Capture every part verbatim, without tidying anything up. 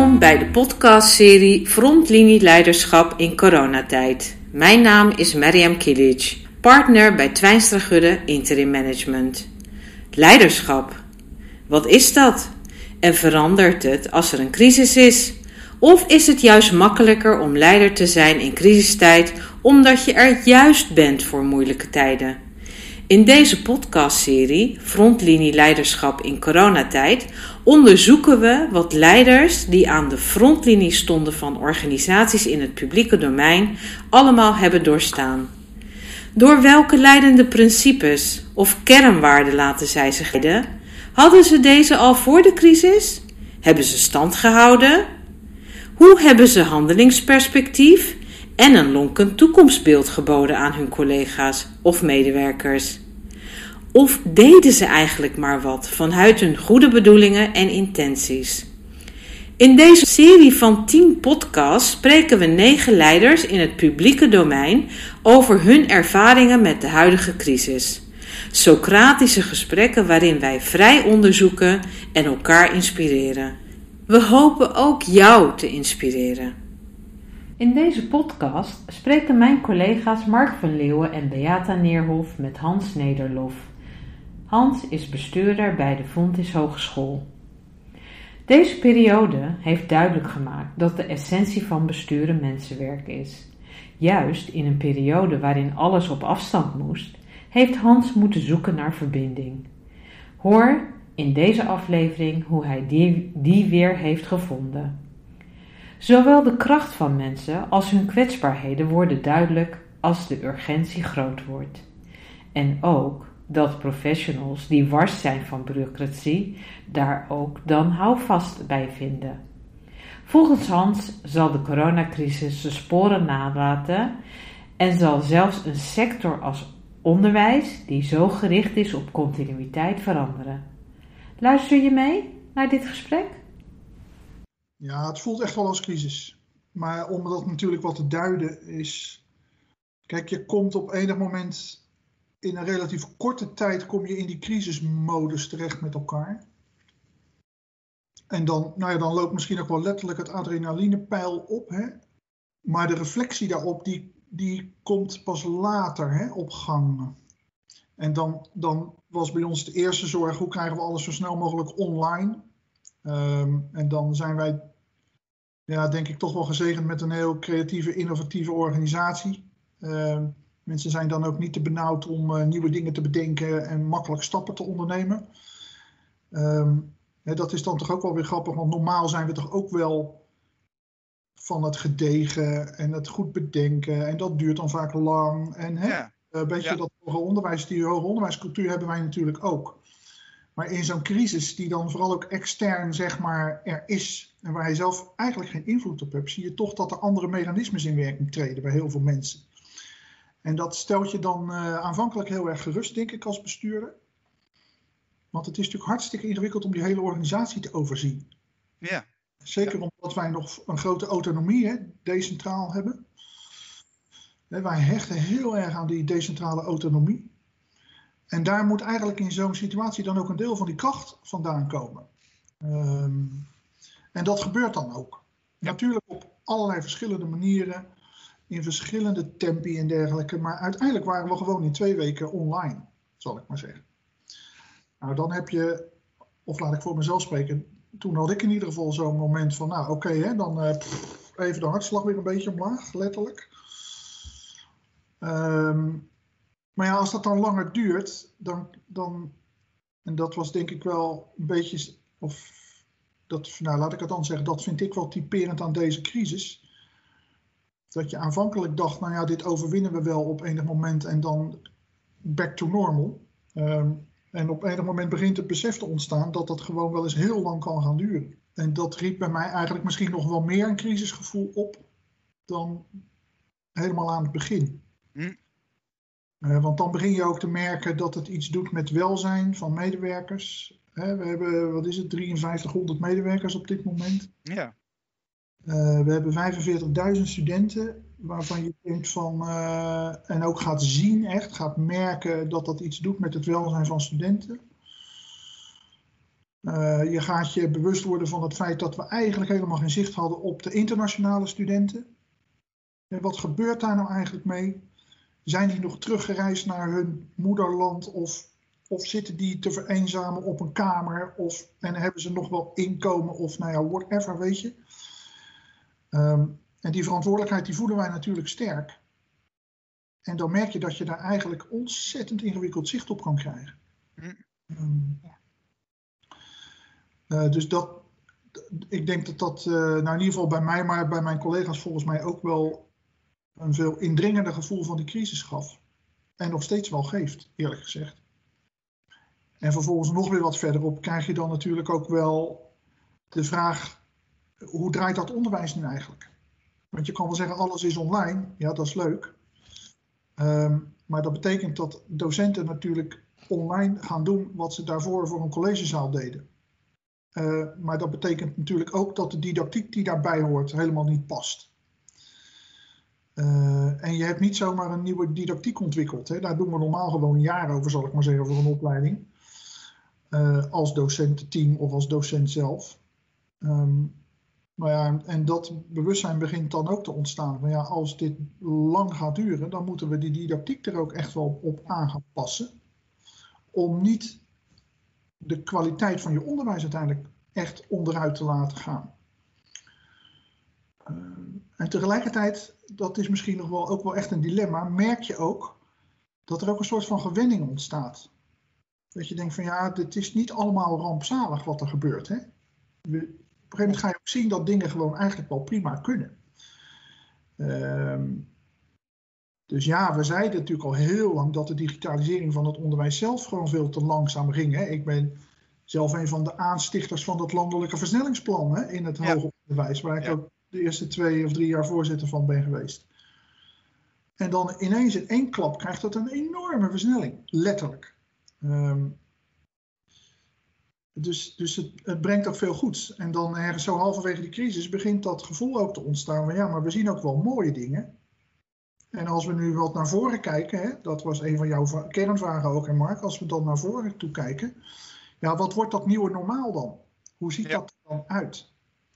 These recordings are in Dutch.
Welkom bij de podcastserie Frontlinie Leiderschap in coronatijd. Mijn naam is Mariam Kilic, partner bij Twijnstra Gudde Interim Management. Leiderschap, wat is dat? En verandert het als er een crisis is? Of is het juist makkelijker om leider te zijn in crisistijd, omdat je er juist bent voor moeilijke tijden? In deze podcastserie Frontlinie Leiderschap in coronatijd onderzoeken we wat leiders die aan de frontlinie stonden van organisaties in het publieke domein allemaal hebben doorstaan. Door welke leidende principes of kernwaarden laten zij zich leiden? Hadden ze deze al voor de crisis? Hebben ze stand gehouden? Hoe hebben ze handelingsperspectief en een lonkend toekomstbeeld geboden aan hun collega's of medewerkers? Of deden ze eigenlijk maar wat vanuit hun goede bedoelingen en intenties? In deze serie van tien podcasts spreken we negen leiders in het publieke domein over hun ervaringen met de huidige crisis. Socratische gesprekken waarin wij vrij onderzoeken en elkaar inspireren. We hopen ook jou te inspireren. In deze podcast spreken mijn collega's Mark van Leeuwen en Beata Neerhof met Hans Nederlof. Hans is bestuurder bij de Fontys Hogeschool. Deze periode heeft duidelijk gemaakt dat de essentie van besturen mensenwerk is. Juist in een periode waarin alles op afstand moest, heeft Hans moeten zoeken naar verbinding. Hoor in deze aflevering hoe hij die, die weer heeft gevonden. Zowel de kracht van mensen als hun kwetsbaarheden worden duidelijk als de urgentie groot wordt. En ook dat professionals die wars zijn van bureaucratie daar ook dan houvast bij vinden. Volgens Hans zal de coronacrisis zijn sporen nalaten en zal zelfs een sector als onderwijs, die zo gericht is op continuïteit, veranderen. Luister je mee naar dit gesprek? Ja, het voelt echt wel als crisis. Maar om dat natuurlijk wat te duiden is... Kijk, je komt op enig moment... In een relatief korte tijd kom je in die crisismodus terecht met elkaar. En dan, nou ja, dan loopt misschien ook wel letterlijk het adrenalinepeil op. Hè? Maar de reflectie daarop, die, die komt pas later, hè, op gang. En dan, dan was bij ons de eerste zorg, hoe krijgen we alles zo snel mogelijk online? Um, en dan zijn wij, ja, denk ik, toch wel gezegend met een heel creatieve, innovatieve organisatie. Um, Mensen zijn dan ook niet te benauwd om uh, nieuwe dingen te bedenken en makkelijk stappen te ondernemen. Um, hè, dat is dan toch ook wel weer grappig, want normaal zijn we toch ook wel van het gedegen en het goed bedenken. En dat duurt dan vaak lang. En hè, Ja. een beetje Ja. dat hoger onderwijs, die hoger onderwijscultuur hebben wij natuurlijk ook. Maar in zo'n crisis die dan vooral ook extern zeg maar er is en waar je zelf eigenlijk geen invloed op hebt, zie je toch dat er andere mechanismes in werking treden bij heel veel mensen. En dat stelt je dan uh, aanvankelijk heel erg gerust, denk ik, als bestuurder. Want het is natuurlijk hartstikke ingewikkeld om die hele organisatie te overzien. Ja. Zeker Ja. omdat wij nog een grote autonomie, hè, decentraal hebben. Hè, wij hechten heel erg aan die decentrale autonomie. En daar moet eigenlijk in zo'n situatie dan ook een deel van die kracht vandaan komen. Um, en dat gebeurt dan ook. Ja. Natuurlijk op allerlei verschillende manieren. In verschillende tempi en dergelijke. Maar uiteindelijk waren we gewoon in twee weken online, zal ik maar zeggen. Nou, dan heb je, of laat ik voor mezelf spreken. Toen had ik in ieder geval zo'n moment van, nou oké, okay, dan uh, pff, even de hartslag weer een beetje omlaag, letterlijk. Um, maar ja, als dat dan langer duurt, dan, dan, en dat was denk ik wel een beetje, of dat, nou laat ik het dan zeggen, dat vind ik wel typerend aan deze crisis. Dat je aanvankelijk dacht, nou ja, dit overwinnen we wel op enig moment en dan back to normal. Um, en op enig moment begint het besef te ontstaan dat dat gewoon wel eens heel lang kan gaan duren. En dat riep bij mij eigenlijk misschien nog wel meer een crisisgevoel op dan helemaal aan het begin. Hm. Uh, want dan begin je ook te merken dat het iets doet met welzijn van medewerkers. Uh, we hebben, wat is het, drieënvijftighonderd medewerkers op dit moment. Ja. Uh, we hebben vijfenveertigduizend studenten waarvan je denkt van, uh, en ook gaat zien echt, gaat merken dat dat iets doet met het welzijn van studenten. Uh, je gaat je bewust worden van het feit dat we eigenlijk helemaal geen zicht hadden op de internationale studenten. En wat gebeurt daar nou eigenlijk mee? Zijn die nog teruggereisd naar hun moederland of, of zitten die te vereenzamen op een kamer of, en hebben ze nog wel inkomen of nou ja, whatever, weet je. Um, en die verantwoordelijkheid die voelen wij natuurlijk sterk. En dan merk je dat je daar eigenlijk ontzettend ingewikkeld zicht op kan krijgen. Um, uh, dus dat, ik denk dat dat, uh, nou in ieder geval bij mij, maar bij mijn collega's volgens mij ook wel een veel indringender gevoel van die crisis gaf. En nog steeds wel geeft, eerlijk gezegd. En vervolgens nog weer wat verderop krijg je dan natuurlijk ook wel de vraag, hoe draait dat onderwijs nu eigenlijk? Want je kan wel zeggen, alles is online. Ja, dat is leuk. Um, maar dat betekent dat docenten natuurlijk online gaan doen wat ze daarvoor voor een collegezaal deden. Uh, maar dat betekent natuurlijk ook dat de didactiek die daarbij hoort helemaal niet past. Uh, en je hebt niet zomaar een nieuwe didactiek ontwikkeld. Hè. Daar doen we normaal gewoon een jaar over, zal ik maar zeggen, voor een opleiding. Uh, als docententeam of als docent zelf. Um, maar ja, en dat bewustzijn begint dan ook te ontstaan. Maar ja, als dit lang gaat duren, dan moeten we die didactiek er ook echt wel op aan gaan passen. Om niet de kwaliteit van je onderwijs uiteindelijk echt onderuit te laten gaan. Uh, en tegelijkertijd, dat is misschien nog wel, ook wel echt een dilemma, merk je ook dat er ook een soort van gewenning ontstaat. Dat je denkt van ja, dit is niet allemaal rampzalig wat er gebeurt. Hè? We, op een gegeven moment ga je ook zien dat dingen gewoon eigenlijk wel prima kunnen. Um, dus ja, we zeiden natuurlijk al heel lang dat de digitalisering van het onderwijs zelf gewoon veel te langzaam ging. Hè? Ik ben zelf een van de aanstichters van dat landelijke versnellingsplan, hè, in het ja. hoger onderwijs, waar ik ja. ook de eerste twee of drie jaar voorzitter van ben geweest. En dan ineens in één klap krijgt dat een enorme versnelling, letterlijk. Um, dus dus het, het brengt ook veel goeds. En dan ergens zo halverwege die crisis begint dat gevoel ook te ontstaan van ja, maar we zien ook wel mooie dingen. En als we nu wat naar voren kijken, hè, dat was een van jouw kernvragen ook, hè Mark, als we dan naar voren toe kijken, ja, wat wordt dat nieuwe normaal dan? Hoe ziet ja. dat er dan uit?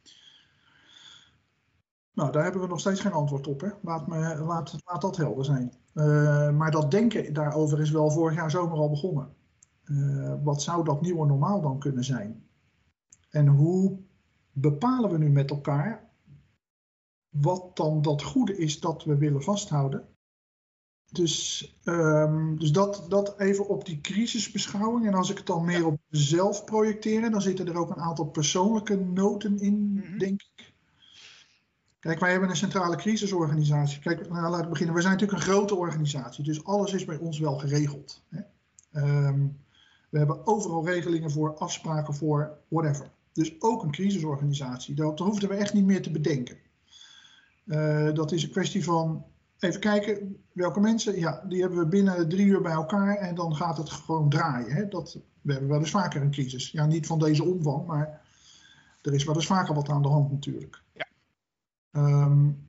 Nou, daar hebben we nog steeds geen antwoord op. Hè? Laat, me, laat, laat dat helder zijn. Uh, maar dat denken daarover is wel vorig jaar zomer al begonnen. Uh, wat zou dat nieuwe normaal dan kunnen zijn? En hoe bepalen we nu met elkaar wat dan dat goede is dat we willen vasthouden? Dus, um, dus dat, dat even op die crisisbeschouwing. En als ik het dan meer op mezelf projecteer, dan zitten er ook een aantal persoonlijke noten in, mm-hmm. denk ik. Kijk, wij hebben een centrale crisisorganisatie. Kijk, nou, laten we beginnen. We zijn natuurlijk een grote organisatie, dus alles is bij ons wel geregeld. Hè? Um, we hebben overal regelingen voor, afspraken voor, whatever. Dus ook een crisisorganisatie. Dat hoefden we echt niet meer te bedenken. Uh, dat is een kwestie van, even kijken, welke mensen, ja, die hebben we binnen drie uur bij elkaar en dan gaat het gewoon draaien. Hè? Dat, we hebben wel eens vaker een crisis. Ja, niet van deze omvang, maar er is wel eens vaker wat aan de hand natuurlijk. Ja. Um,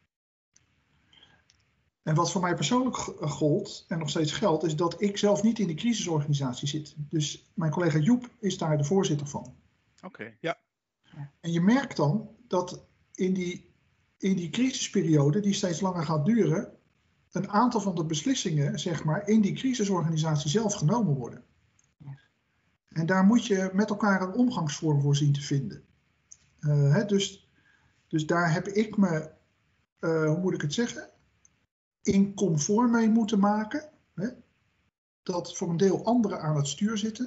en wat voor mij persoonlijk gold en nog steeds geldt, is dat ik zelf niet in die crisisorganisatie zit. Dus mijn collega Joep is daar de voorzitter van. Oké, okay, ja. En je merkt dan dat in die, in die crisisperiode, die steeds langer gaat duren, een aantal van de beslissingen, zeg maar, in die crisisorganisatie zelf genomen worden. En daar moet je met elkaar een omgangsvorm voor zien te vinden. Uh, hè, dus, dus daar heb ik me, uh, hoe moet ik het zeggen, in comfort mee moeten maken. Hè? Dat voor een deel anderen aan het stuur zitten.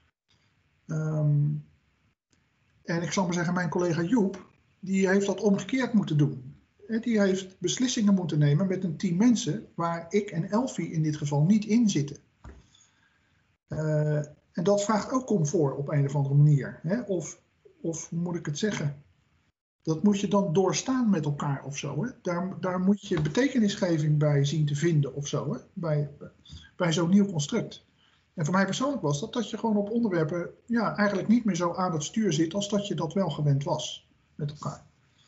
Um, en ik zal maar zeggen, mijn collega Joep, die heeft dat omgekeerd moeten doen. Die heeft beslissingen moeten nemen met een team mensen waar ik en Elfie in dit geval niet in zitten. Uh, en dat vraagt ook comfort op een of andere manier. Hè? Of, of hoe moet ik het zeggen? Dat moet je dan doorstaan met elkaar of zo. Hè? Daar, daar moet je betekenisgeving bij zien te vinden of zo. Hè? Bij, bij zo'n nieuw construct. En voor mij persoonlijk was dat dat je gewoon op onderwerpen ja, eigenlijk niet meer zo aan het stuur zit als dat je dat wel gewend was met elkaar.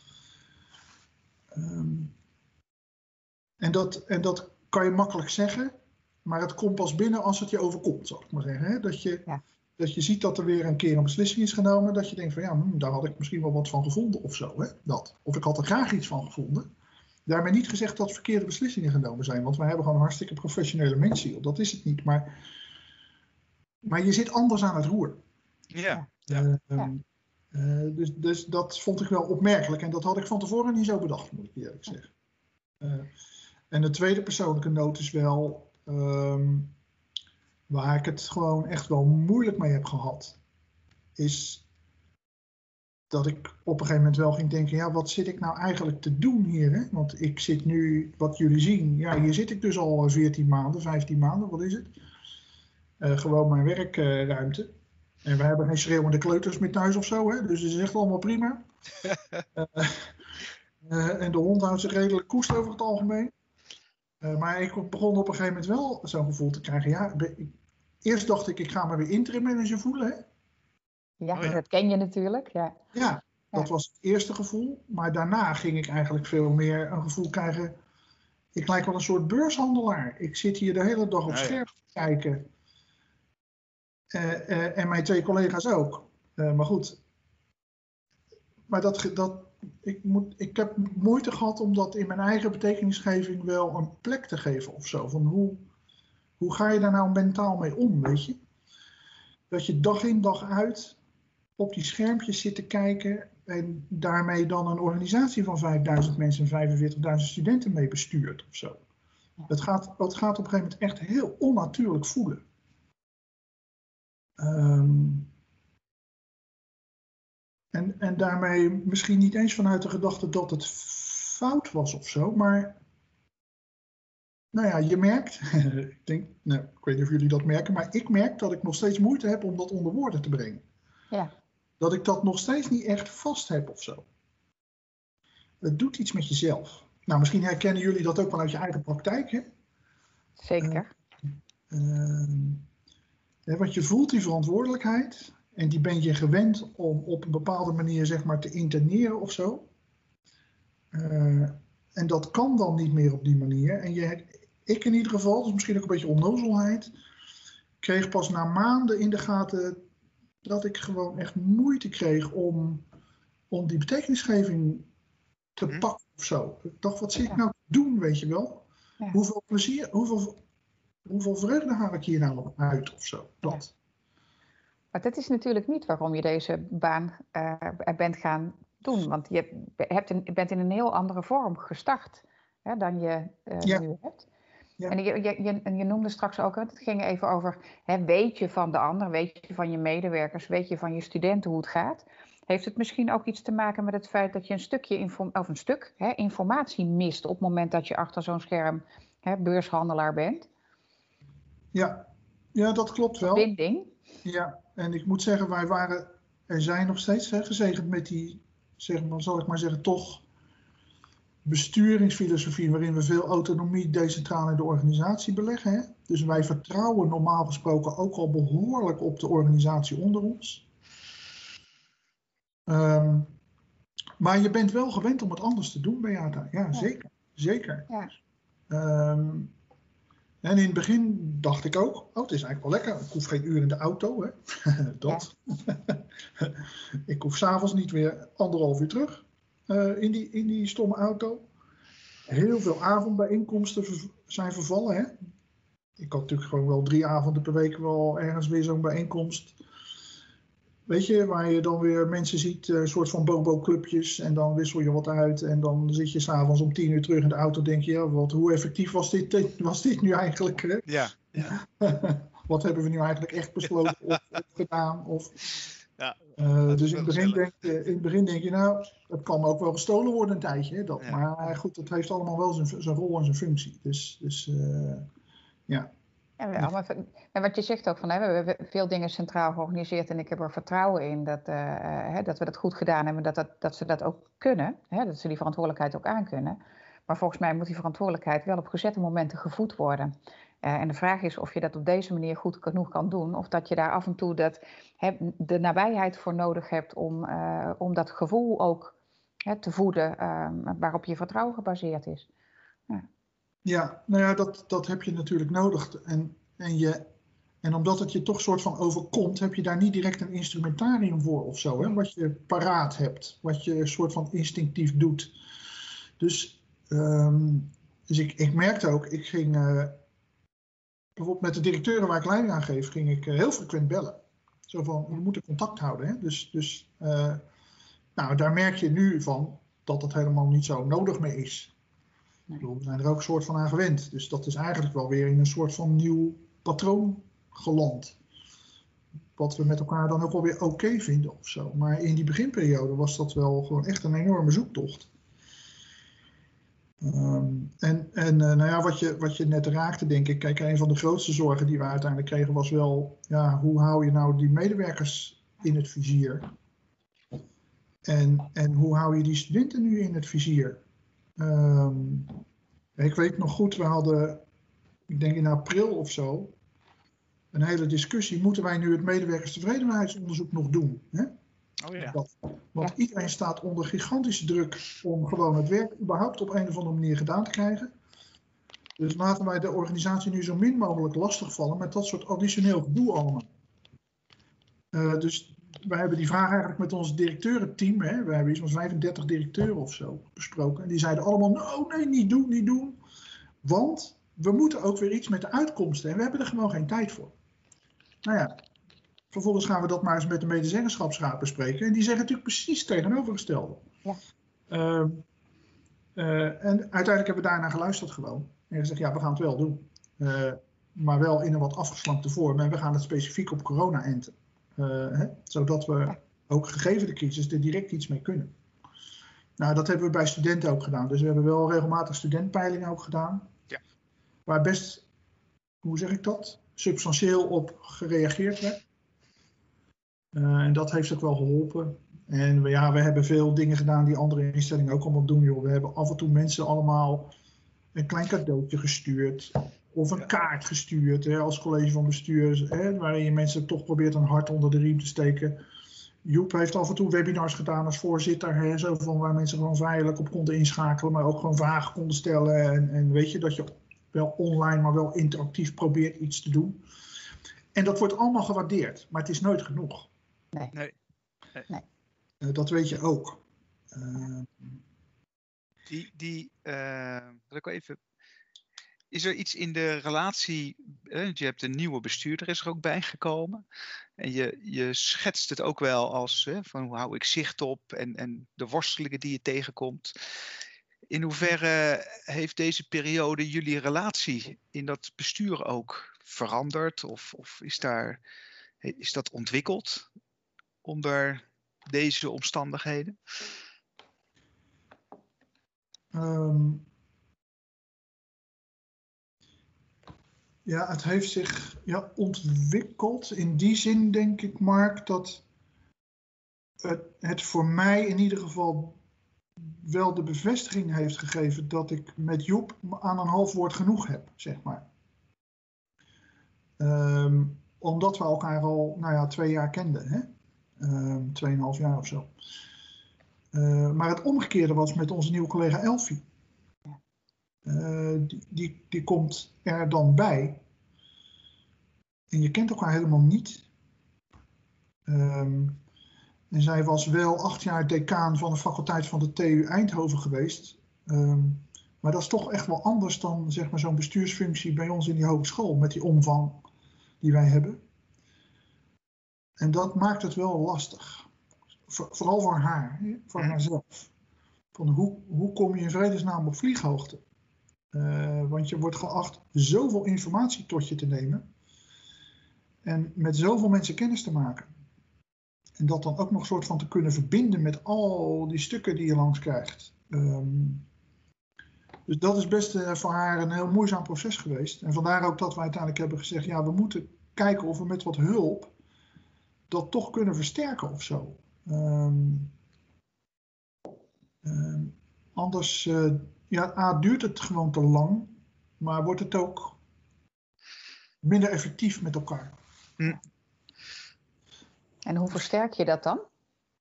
Um, en, dat, en dat kan je makkelijk zeggen, maar het komt pas binnen als het je overkomt, zal ik maar zeggen. Hè? Dat je, ja. dat je ziet dat er weer een keer een beslissing is genomen, dat je denkt van ja, hm, daar had ik misschien wel wat van gevonden of zo. Hè? Dat. Of ik had er graag iets van gevonden. Daarmee niet gezegd dat verkeerde beslissingen genomen zijn, want wij hebben gewoon hartstikke professionele mensen. Dat is het niet, maar, maar je zit anders aan het roer. Ja. ja. Uh, ja. Uh, dus, dus dat vond ik wel opmerkelijk en dat had ik van tevoren niet zo bedacht, moet ik eerlijk zeggen. Uh, en de tweede persoonlijke noot is wel um, waar ik het gewoon echt wel moeilijk mee heb gehad, is dat ik op een gegeven moment wel ging denken, ja, wat zit ik nou eigenlijk te doen hier? Hè? Want ik zit nu, wat jullie zien, ja, hier zit ik dus al veertien maanden, vijftien maanden, wat is het? Uh, gewoon mijn werkruimte. Uh, en we hebben geen schreeuwende kleuters meer thuis of zo, hè? Dus het is echt allemaal prima. uh, uh, en de hond houdt zich redelijk koest over het algemeen. Uh, maar ik begon op een gegeven moment wel zo'n gevoel te krijgen. Ja, ik, eerst dacht ik, ik ga me weer interim manager voelen. Hè? Ja, oh ja, dat ken je natuurlijk. Ja. Ja, dat ja. was het eerste gevoel. Maar daarna ging ik eigenlijk veel meer een gevoel krijgen. Ik lijk wel een soort beurshandelaar. Ik zit hier de hele dag op scherm te kijken. Uh, uh, en mijn twee collega's ook. Uh, maar goed. Maar dat, dat, ik, moet, ik heb moeite gehad om dat in mijn eigen betekenisgeving wel een plek te geven of zo. Van hoe, hoe ga je daar nou mentaal mee om, weet je? Dat je dag in dag uit op die schermpjes zit te kijken en daarmee dan een organisatie van vijfduizend mensen en vijfenveertigduizend studenten mee bestuurt of zo. Het gaat, het gaat op een gegeven moment echt heel onnatuurlijk voelen. Um, en, en daarmee misschien niet eens vanuit de gedachte dat het fout was of zo, maar nou ja, je merkt, ik denk, nou, ik weet niet of jullie dat merken, maar ik merk dat ik nog steeds moeite heb om dat onder woorden te brengen. Ja. Dat ik dat nog steeds niet echt vast heb of zo. Het doet iets met jezelf. Nou, misschien herkennen jullie dat ook wel uit je eigen praktijk, hè? Zeker. Uh, uh, want je voelt die verantwoordelijkheid en die ben je gewend om op een bepaalde manier, zeg maar, te interneren of zo. Uh, en dat kan dan niet meer op die manier. En je, ik in ieder geval, dus misschien ook een beetje onnozelheid, kreeg pas na maanden in de gaten dat ik gewoon echt moeite kreeg om, om die betekenisgeving te hm. pakken of zo. Ik dacht, wat zit ik nou te doen, weet je wel? Ja. Hoeveel plezier, hoeveel, hoeveel vreugde haal ik hier nou uit of zo? Dat. Ja. Maar dat is natuurlijk niet waarom je deze baan uh, bent gaan doen. Want je hebt een, bent in een heel andere vorm gestart, hè, dan je uh, ja. nu hebt. Ja. En je, je, je, je noemde straks ook, het ging even over, hè, weet je van de ander, weet je van je medewerkers, weet je van je studenten hoe het gaat. Heeft het misschien ook iets te maken met het feit dat je een stukje inform- of een stuk hè, informatie mist op het moment dat je achter zo'n scherm hè, beurshandelaar bent? Ja. ja, dat klopt wel. Verbinding. Ja, en ik moet zeggen, wij waren en zijn nog steeds hè, gezegend met die, zeg maar, zal ik maar zeggen, toch besturingsfilosofie waarin we veel autonomie decentraal in de organisatie beleggen. Hè? Dus wij vertrouwen normaal gesproken ook al behoorlijk op de organisatie onder ons. Um, maar je bent wel gewend om het anders te doen, Beata. Ja, ja. zeker. zeker. Ja. Um, en in het begin dacht ik ook, oh, het is eigenlijk wel lekker. Ik hoef geen uur in de auto. Hè? Dat. Ja. Ik hoef 's avonds niet weer anderhalf uur terug. Uh, in, die, in die stomme auto. Heel veel avondbijeenkomsten ver, zijn vervallen. Hè? Ik had natuurlijk gewoon wel drie avonden per week wel ergens weer zo'n bijeenkomst. Weet je, waar je dan weer mensen ziet, een soort van bobo-clubjes. En dan wissel je wat uit. En dan zit je s'avonds om tien uur terug in de auto. Denk je, ja, wat, hoe effectief was dit, was dit nu eigenlijk? Hè? Ja. ja. Wat hebben we nu eigenlijk echt besloten of, of gedaan? Of... Ja, uh, dus in het, begin denk, uh, in het begin denk je, nou, het kan ook wel gestolen worden een tijdje. Hè, dat. Ja. Maar goed, het heeft allemaal wel zijn, zijn rol en zijn functie. Dus, dus uh, ja. Ja, wel, maar, en wat je zegt ook, van, hè, we hebben veel dingen centraal georganiseerd en ik heb er vertrouwen in dat, uh, hè, dat we dat goed gedaan hebben, dat, dat, dat ze dat ook kunnen, hè, dat ze die verantwoordelijkheid ook aankunnen. Maar volgens mij moet die verantwoordelijkheid wel op gezette momenten gevoed worden. Uh, en de vraag is of je dat op deze manier goed genoeg kan doen. Of dat je daar af en toe dat, he, de nabijheid voor nodig hebt om, uh, om dat gevoel ook he, te voeden uh, waarop je vertrouwen gebaseerd is. Ja, ja nou ja, dat, dat heb je natuurlijk nodig. En, en je, En omdat het je toch soort van overkomt, heb je daar niet direct een instrumentarium voor of zo. Hè? Wat je paraat hebt, wat je soort van instinctief doet. Dus, um, dus ik, ik merkte ook, ik ging uh, bijvoorbeeld met de directeuren waar ik leiding aan geef, ging ik uh, heel frequent bellen. Zo van, we moeten contact houden. Hè? Dus, dus uh, nou, daar merk je nu van dat dat helemaal niet zo nodig meer is. Nee. Ik bedoel, we zijn er ook een soort van aan gewend. Dus dat is eigenlijk wel weer in een soort van nieuw patroon geland. Wat we met elkaar dan ook wel weer oké okay vinden of zo. Maar in die beginperiode was dat wel gewoon echt een enorme zoektocht. Um, en en uh, nou ja, wat je, wat je net raakte, denk ik. Kijk, een van de grootste zorgen die we uiteindelijk kregen was wel, ja, hoe hou je nou die medewerkers in het vizier? En, en hoe hou je die studenten nu in het vizier? Um, ik weet nog goed, we hadden, ik denk in april of zo, een hele discussie. Moeten wij nu het medewerkerstevredenheidsonderzoek nog doen? Hè? Oh ja. Dat, want Ja. iedereen staat onder gigantische druk om gewoon het werk überhaupt op een of andere manier gedaan te krijgen. Dus laten wij de organisatie nu zo min mogelijk lastigvallen met dat soort additioneel gedoe allemaal. Uh, dus wij hebben die vraag eigenlijk met ons directeurenteam, hè, we hebben iets van vijfendertig directeuren of zo besproken. En die zeiden allemaal, nou nee, niet doen, niet doen. Want we moeten ook weer iets met de uitkomsten en we hebben er gewoon geen tijd voor. Nou ja, vervolgens gaan we dat maar eens met de medezeggenschapsraad bespreken. En die zeggen natuurlijk precies het tegenovergestelde. Ja. Uh, uh, en uiteindelijk hebben we daarna geluisterd gewoon. En gezegd, ja, we gaan het wel doen. Uh, maar wel in een wat afgeslankte vorm. En we gaan het specifiek op corona enten. Uh, hè, zodat we ook gegeven de crisis er direct iets mee kunnen. Nou, dat hebben we bij studenten ook gedaan. Dus we hebben wel regelmatig studentpeilingen ook gedaan. Ja. Waar best, hoe zeg ik dat, substantieel op gereageerd werd. Uh, en dat heeft ook wel geholpen. En we, ja, we hebben veel dingen gedaan die andere instellingen ook allemaal doen. Joh. We hebben af en toe mensen allemaal een klein cadeautje gestuurd. Of een ja. kaart gestuurd hè, als college van bestuur. Hè, waarin je mensen toch probeert een hart onder de riem te steken. Joep heeft af en toe webinars gedaan als voorzitter. Hè, zo van waar mensen gewoon vrijelijk op konden inschakelen. Maar ook gewoon vragen konden stellen. En, en weet je dat je wel online maar wel interactief probeert iets te doen. En dat wordt allemaal gewaardeerd. Maar het is nooit genoeg. Nee. Nee. nee. Uh, dat weet je ook. Uh, die, die, uh, dat ik wel even... Is er iets in de relatie, eh, je hebt een nieuwe bestuurder is er ook bijgekomen. En je, je schetst het ook wel als, eh, van hoe hou ik zicht op en, en de worstelingen die je tegenkomt. In hoeverre heeft deze periode jullie relatie in dat bestuur ook veranderd? Of, of is, daar, is dat ontwikkeld onder deze omstandigheden? Um... Ja, het heeft zich ja, ontwikkeld. In die zin denk ik, Mark, dat het, het voor mij in ieder geval wel de bevestiging heeft gegeven dat ik met Joep aan een half woord genoeg heb, zeg maar. Um, omdat we elkaar al, nou ja, twee jaar kenden, hè? Um, tweeënhalf jaar of zo. Uh, maar het omgekeerde was met onze nieuwe collega Elfie. Uh, die, die, die komt er dan bij. En je kent elkaar helemaal niet. Um, en zij was wel acht jaar decaan van de faculteit van de T U Eindhoven geweest. Um, maar dat is toch echt wel anders dan zeg maar, zo'n bestuursfunctie bij ons in die hogeschool. Met die omvang die wij hebben. En dat maakt het wel lastig. Voor, vooral voor haar. Voor haarzelf. Van hoe, hoe kom je in vredesnaam op vlieghoogte? Uh, want je wordt geacht zoveel informatie tot je te nemen. En met zoveel mensen kennis te maken. En dat dan ook nog soort van te kunnen verbinden met al die stukken die je langs krijgt. Um, dus dat is best uh, voor haar een heel moeizaam proces geweest. En vandaar ook dat we uiteindelijk hebben gezegd, ja, we moeten kijken of we met wat hulp dat toch kunnen versterken of zo. Um, um, anders... Uh, Ja, A, duurt het gewoon te lang, maar wordt het ook minder effectief met elkaar. Hm. En hoe versterk je dat dan?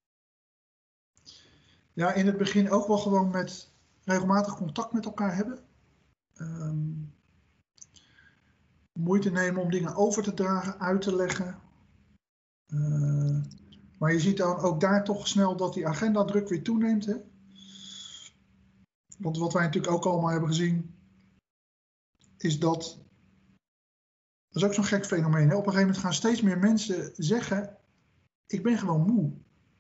Ja, in het begin ook wel gewoon met regelmatig contact met elkaar hebben. Um, moeite nemen om dingen over te dragen, uit te leggen. Uh, maar je ziet dan ook daar toch snel dat die agendadruk weer toeneemt. Hè? Want wat wij natuurlijk ook allemaal hebben gezien, is dat, dat is ook zo'n gek fenomeen. Hè? Op een gegeven moment gaan steeds meer mensen zeggen, ik ben gewoon moe.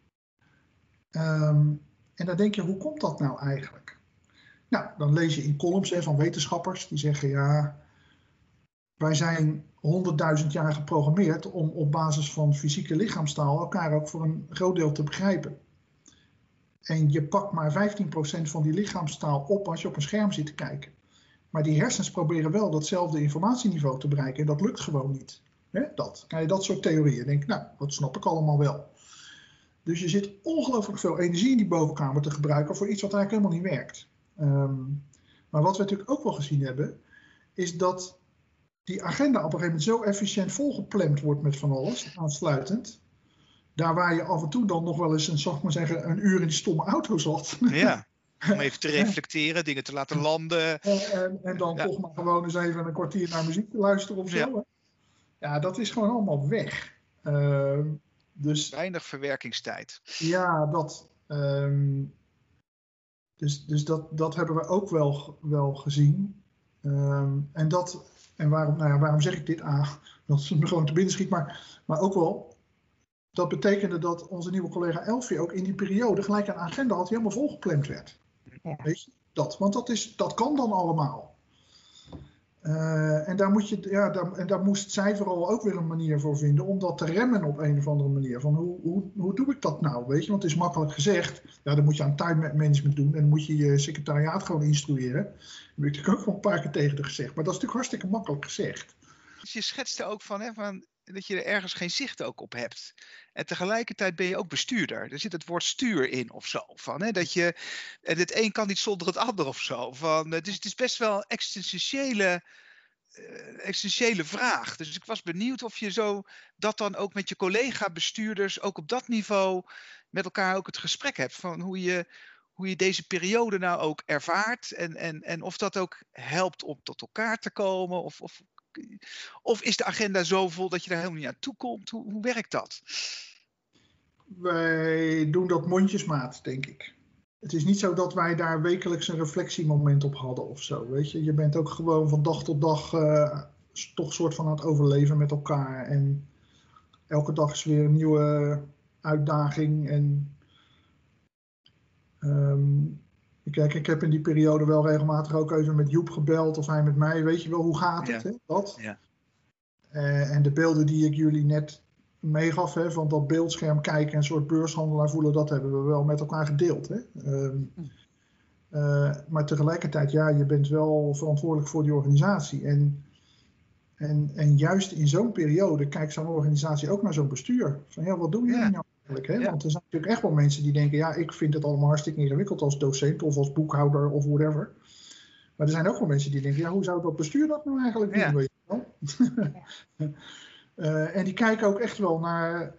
Um, en dan denk je, hoe komt dat nou eigenlijk? Nou, dan lees je in columns hè, van wetenschappers die zeggen, ja, wij zijn honderdduizend jaar geprogrammeerd om op basis van fysieke lichaamstaal elkaar ook voor een groot deel te begrijpen. En je pakt maar vijftien procent van die lichaamstaal op als je op een scherm zit te kijken. Maar die hersens proberen wel datzelfde informatieniveau te bereiken en dat lukt gewoon niet. Hè, dat. Krijg je dat soort theorieën. Denk, nou, dat snap ik allemaal wel. Dus je zit ongelooflijk veel energie in die bovenkamer te gebruiken voor iets wat eigenlijk helemaal niet werkt. Um, maar wat we natuurlijk ook wel gezien hebben, is dat die agenda op een gegeven moment zo efficiënt volgepland wordt met van alles, aansluitend. Daar waar je af en toe dan nog wel eens een, zal ik maar zeggen, een uur in die stomme auto zat. Ja, om even te reflecteren, dingen te laten landen. En, en, en dan ja. toch maar gewoon eens even een kwartier naar muziek te luisteren of zo. Ja, ja dat is gewoon allemaal weg. Uh, dus, Weinig verwerkingstijd. Ja, dat. Um, dus dus dat, dat hebben we ook wel, wel gezien. Um, en dat... En waarom, nou ja, waarom zeg ik dit? Ah, dat is me gewoon te binnen schiet. Maar, maar ook wel, dat betekende dat onze nieuwe collega Elfie ook in die periode gelijk een agenda had die helemaal volgepland werd. Ja. Weet je, dat. Want dat, is, dat kan dan allemaal. Uh, en, daar moet je, ja, daar, en daar moest zij vooral ook weer een manier voor vinden om dat te remmen op een of andere manier. Van hoe, hoe, hoe doe ik dat nou? Weet je? Want het is makkelijk gezegd. Ja, dan moet je aan time management doen en dan moet je je secretariaat gewoon instrueren. Dat heb ik natuurlijk ook wel een paar keer tegen haar gezegd. Maar dat is natuurlijk hartstikke makkelijk gezegd. Dus je schetste ook van, hè, van dat je er ergens geen zicht ook op hebt. En tegelijkertijd ben je ook bestuurder. Er zit het woord stuur in of zo. Van, hè, dat je, en het een kan niet zonder het ander of zo. Van, dus het is best wel een existentiële, uh, existentiële vraag. Dus ik was benieuwd of je zo dat dan ook met je collega-bestuurders, ook op dat niveau, met elkaar ook het gesprek hebt. Van hoe je, hoe je deze periode nou ook ervaart. En, en, en of dat ook helpt om tot elkaar te komen. Of... of Of is de agenda zo vol dat je daar helemaal niet aan toe komt? Hoe, hoe werkt dat? Wij doen dat mondjesmaat, denk ik. Het is niet zo dat wij daar wekelijks een reflectiemoment op hadden of zo. Weet je? Je bent ook gewoon van dag tot dag uh, toch soort van aan het overleven met elkaar. En elke dag is weer een nieuwe uitdaging. En um, kijk, ik heb in die periode wel regelmatig ook even met Joep gebeld of hij met mij. Weet je wel, hoe gaat het? Ja. Hè? Dat. Ja. Uh, en de beelden die ik jullie net meegaf, hè, van dat beeldscherm kijken en een soort beurshandelaar voelen, dat hebben we wel met elkaar gedeeld. Hè? Um, uh, maar tegelijkertijd, ja, je bent wel verantwoordelijk voor die organisatie. En, en, en juist in zo'n periode kijkt zo'n organisatie ook naar zo'n bestuur. Van ja, wat doen jullie ja. nou? Hè? Ja. Want er zijn natuurlijk echt wel mensen die denken, ja, ik vind het allemaal hartstikke ingewikkeld als docent of als boekhouder of whatever. Maar er zijn ook wel mensen die denken, ja, hoe zou dat bestuur dat nou eigenlijk doen? Ja. Weet je wel? Ja. uh, en die kijken ook echt wel naar,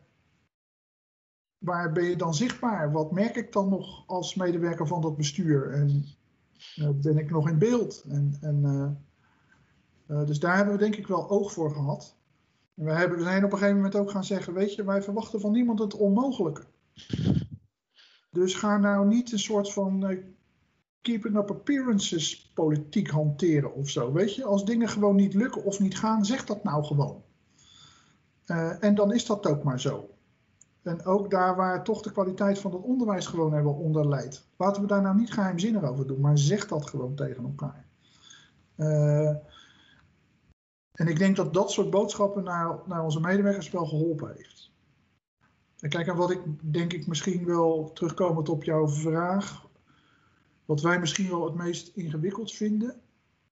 waar ben je dan zichtbaar? Wat merk ik dan nog als medewerker van dat bestuur? En uh, ben ik nog in beeld? En, en, uh, uh, dus daar hebben we denk ik wel oog voor gehad. We, hebben, we zijn op een gegeven moment ook gaan zeggen, weet je, wij verwachten van niemand het onmogelijke. Dus ga nou niet een soort van uh, keeping up appearances politiek hanteren of zo. Weet je, als dingen gewoon niet lukken of niet gaan, zeg dat nou gewoon. Uh, en dan is dat ook maar zo. En ook daar waar toch de kwaliteit van het onderwijs gewoon er wel onder leidt. Laten we daar nou niet geheimzinnig over doen, maar zeg dat gewoon tegen elkaar. Uh, En ik denk dat dat soort boodschappen naar, naar onze medewerkers wel geholpen heeft. En kijk, en wat ik denk ik misschien wel terugkomend op jouw vraag, wat wij misschien wel het meest ingewikkeld vinden,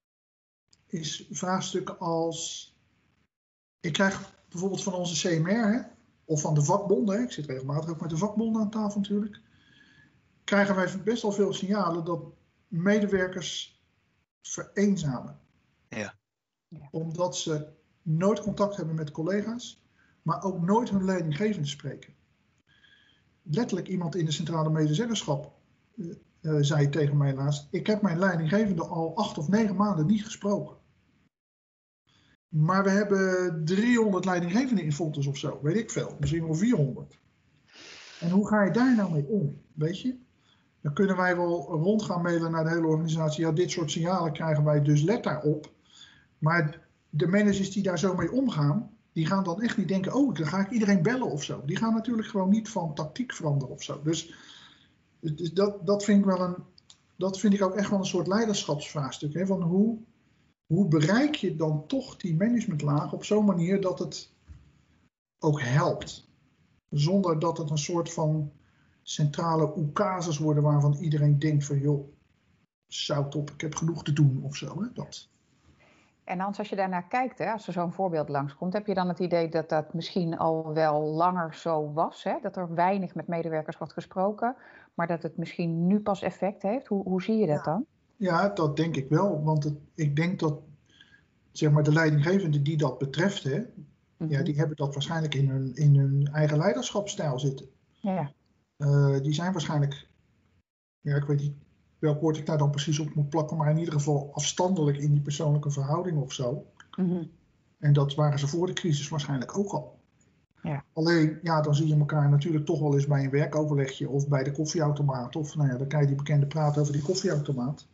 is vraagstukken als, ik krijg bijvoorbeeld van onze C M R, hè, of van de vakbonden, hè, ik zit regelmatig ook met de vakbonden aan tafel natuurlijk, krijgen wij best wel veel signalen dat medewerkers vereenzamen. Ja. Ja. Omdat ze nooit contact hebben met collega's, maar ook nooit hun leidinggevende spreken. Letterlijk iemand in de centrale medezeggenschap uh, uh, zei tegen mij laatst, ik heb mijn leidinggevende al acht of negen maanden niet gesproken. Maar we hebben driehonderd leidinggevenden in Fontes of zo, weet ik veel. Misschien wel vierhonderd. En hoe ga je daar nou mee om, weet je? Dan kunnen wij wel rond gaan mailen naar de hele organisatie. Ja, dit soort signalen krijgen wij, dus let daarop. Maar de managers die daar zo mee omgaan, die gaan dan echt niet denken, oh, dan ga ik iedereen bellen of zo. Die gaan natuurlijk gewoon niet van tactiek veranderen of zo. Dus, dus dat, dat, vind ik wel een, dat vind ik ook echt wel een soort leiderschapsvraagstuk. Hè? Van hoe, hoe bereik je dan toch die managementlaag op zo'n manier dat het ook helpt? Zonder dat het een soort van centrale oekazes worden waarvan iedereen denkt van, joh, zout op, ik heb genoeg te doen of zo. Hè? Dat. En Hans, als je daarnaar kijkt, hè, als er zo'n voorbeeld langskomt, heb je dan het idee dat dat misschien al wel langer zo was? Hè? Dat er weinig met medewerkers wordt gesproken, maar dat het misschien nu pas effect heeft? Hoe, hoe zie je dat dan? Ja, dat denk ik wel. Want het, ik denk dat zeg maar, de leidinggevenden die dat betreft, hè, mm-hmm. ja, die hebben dat waarschijnlijk in hun, in hun eigen leiderschapsstijl zitten. Ja. Uh, die zijn waarschijnlijk, ja, ik weet niet welk woord ik daar dan precies op moet plakken, maar in ieder geval afstandelijk in die persoonlijke verhouding of zo. Mm-hmm. En dat waren ze voor de crisis waarschijnlijk ook al. Ja. Alleen, ja, dan zie je elkaar natuurlijk toch wel eens bij een werkoverlegje of bij de koffieautomaat. Of nou ja, dan krijg je die bekende praat over die koffieautomaat.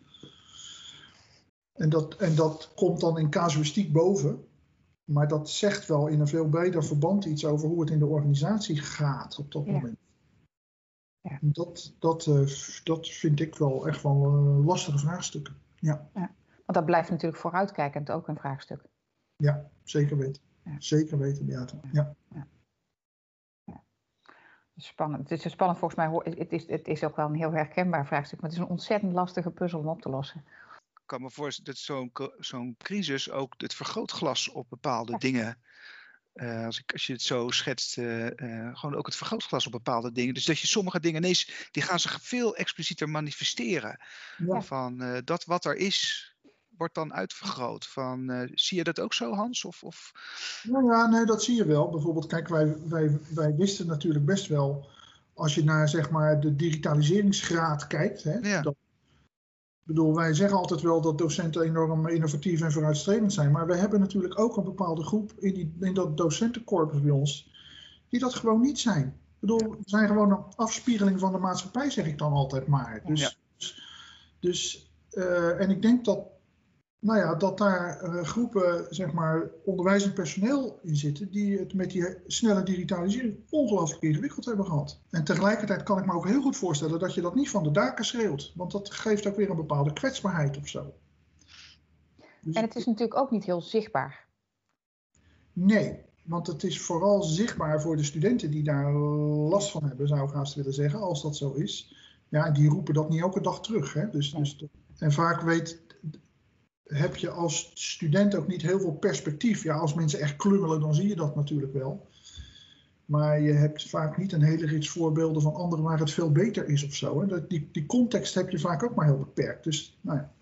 En dat, en dat komt dan in casuïstiek boven. Maar dat zegt wel in een veel breder verband iets over hoe het in de organisatie gaat op dat ja. moment. Ja. Dat, dat, uh, dat vind ik wel echt wel uh, lastige vraagstukken. Ja. Ja. Want dat blijft natuurlijk vooruitkijkend ook een vraagstuk. Ja, zeker weten. Ja. Zeker weten, Beate. Ja. Ja. Ja. Spannend. Het is spannend volgens mij. Het is, het is ook wel een heel herkenbaar vraagstuk. Maar het is een ontzettend lastige puzzel om op te lossen. Ik kan me voorstellen dat zo'n, zo'n crisis ook het vergrootglas op bepaalde ja. dingen. Uh, als, ik, als je het zo schetst, uh, uh, gewoon ook het vergrootglas op bepaalde dingen. Dus dat je sommige dingen ineens, die gaan zich veel explicieter manifesteren. Ja. Van uh, dat wat er is, wordt dan uitvergroot. Van, uh, zie je dat ook zo, Hans? Of, of... Nou ja, nee, dat zie je wel. Bijvoorbeeld, kijk, wij, wij, wij wisten natuurlijk best wel, als je naar zeg maar de digitaliseringsgraad kijkt, hè, ja. dat, ik bedoel, wij zeggen altijd wel dat docenten enorm innovatief en vooruitstrevend zijn, maar we hebben natuurlijk ook een bepaalde groep in, die, in dat docentenkorpus bij ons, die dat gewoon niet zijn. Ik bedoel, we zijn gewoon een afspiegeling van de maatschappij, zeg ik dan altijd maar. Dus, ja. dus, dus uh, en ik denk dat, nou ja, dat daar uh, groepen, zeg maar, onderwijzend personeel in zitten, die het met die snelle digitalisering ongelooflijk ingewikkeld hebben gehad. En tegelijkertijd kan ik me ook heel goed voorstellen dat je dat niet van de daken schreeuwt, want dat geeft ook weer een bepaalde kwetsbaarheid of zo. Dus en het is natuurlijk ook niet heel zichtbaar. Nee, want het is vooral zichtbaar voor de studenten die daar last van hebben, zou ik haast willen zeggen, als dat zo is. Ja, die roepen dat niet elke dag terug. Hè? Dus, dus, en vaak weet... heb je als student ook niet heel veel perspectief. Ja, als mensen echt klungelen, dan zie je dat natuurlijk wel. Maar je hebt vaak niet een hele rits voorbeelden van anderen waar het veel beter is of zo. Hè. Die, die context heb je vaak ook maar heel beperkt. Dus, nou ja.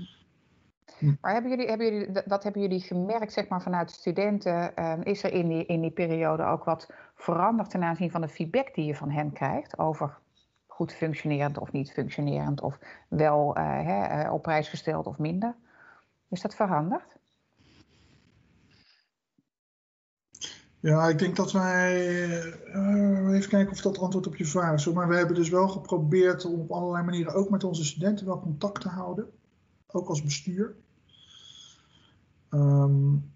Hm. Maar hebben jullie, hebben jullie, wat hebben jullie gemerkt, zeg maar, vanuit studenten? Uh, is er in die, in die periode ook wat veranderd ten aanzien van de feedback die je van hen krijgt over goed functionerend of niet functionerend, of wel uh, hè, uh, op prijs gesteld of minder? Is dat veranderd? Ja, ik denk dat wij... Uh, even kijken of dat antwoord op je vraag is. Maar we hebben dus wel geprobeerd om op allerlei manieren ook met onze studenten wel contact te houden. Ook als bestuur. Um,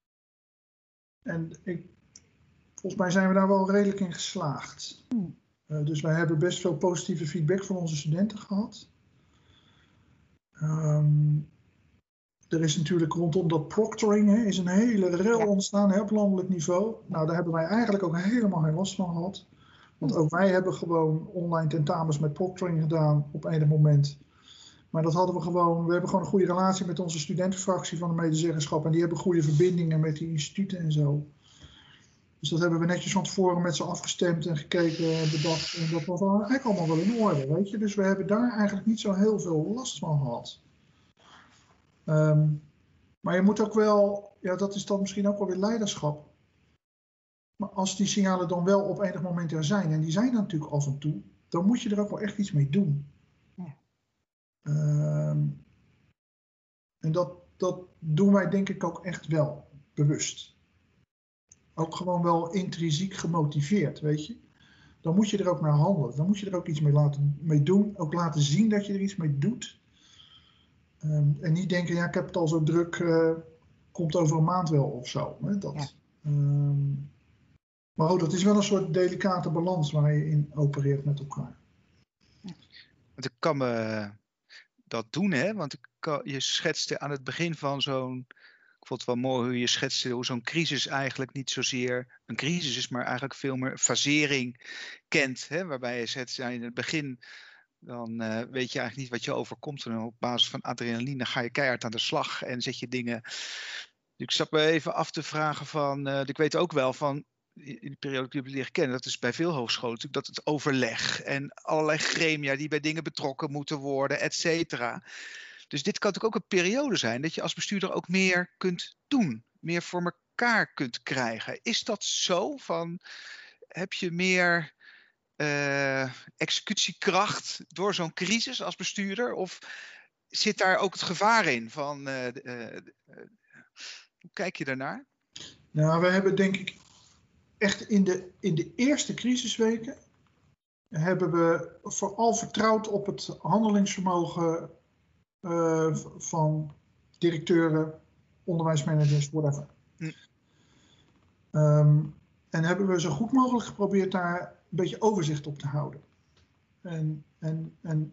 en ik, volgens mij zijn we daar wel redelijk in geslaagd. Hmm. Uh, dus wij hebben best veel positieve feedback van onze studenten gehad. Um, Er is natuurlijk rondom dat proctoring, hè, is een hele rel ontstaan hè, op landelijk niveau. Nou, daar hebben wij eigenlijk ook helemaal geen last van gehad. Want ook wij hebben gewoon online tentamens met proctoring gedaan op enig moment. Maar dat hadden we gewoon, we hebben gewoon een goede relatie met onze studentenfractie van de medezeggenschap. En die hebben goede verbindingen met die instituten en zo. Dus dat hebben we netjes van tevoren met ze afgestemd en gekeken en bedacht. En dat was eigenlijk allemaal wel in orde, weet je. Dus we hebben daar eigenlijk niet zo heel veel last van gehad. Um, maar je moet ook wel, ja, dat is dan misschien ook wel weer leiderschap. Maar als die signalen dan wel op enig moment er zijn, en die zijn er natuurlijk af en toe, dan moet je er ook wel echt iets mee doen. Ja. Um, en dat, dat doen wij denk ik ook echt wel. bewust. Ook gewoon wel intrinsiek gemotiveerd, weet je. Dan moet je er ook naar handelen. Dan moet je er ook iets mee, laten, mee doen. Ook laten zien dat je er iets mee doet. Um, en niet denken, ja, ik heb het al zo druk, uh, komt over een maand wel of zo. Hè, dat, ja. um, maar oh, dat is wel een soort delicate balans waar je in opereert met elkaar. Want ik kan me dat doen, hè? Want ik kan, je schetste aan het begin van zo'n... Ik vond het wel mooi hoe je schetste hoe zo'n crisis eigenlijk niet zozeer een crisis is, maar eigenlijk veel meer fasering kent. Hè? Waarbij je zegt, ja, in het begin dan uh, weet je eigenlijk niet wat je overkomt. En op basis van adrenaline ga je keihard aan de slag en zet je dingen. Dus ik zat me even af te vragen van, uh, ik weet ook wel van, in de periode dat ik jullie leren kennen, dat is bij veel hogescholen natuurlijk, dat het overleg en allerlei gremia die bij dingen betrokken moeten worden, et cetera. Dus dit kan natuurlijk ook een periode zijn dat je als bestuurder ook meer kunt doen. Meer voor elkaar kunt krijgen. Is dat zo? Van, heb je meer uh, executiekracht door zo'n crisis als bestuurder? Of zit daar ook het gevaar in? Van, uh, uh, uh, hoe kijk je daarnaar? Nou, we hebben denk ik echt in de, in de eerste crisisweken hebben we vooral vertrouwd op het handelingsvermogen Uh, van directeuren, onderwijsmanagers, whatever. Hm. Um, en hebben we zo goed mogelijk geprobeerd daar een beetje overzicht op te houden. En, en, en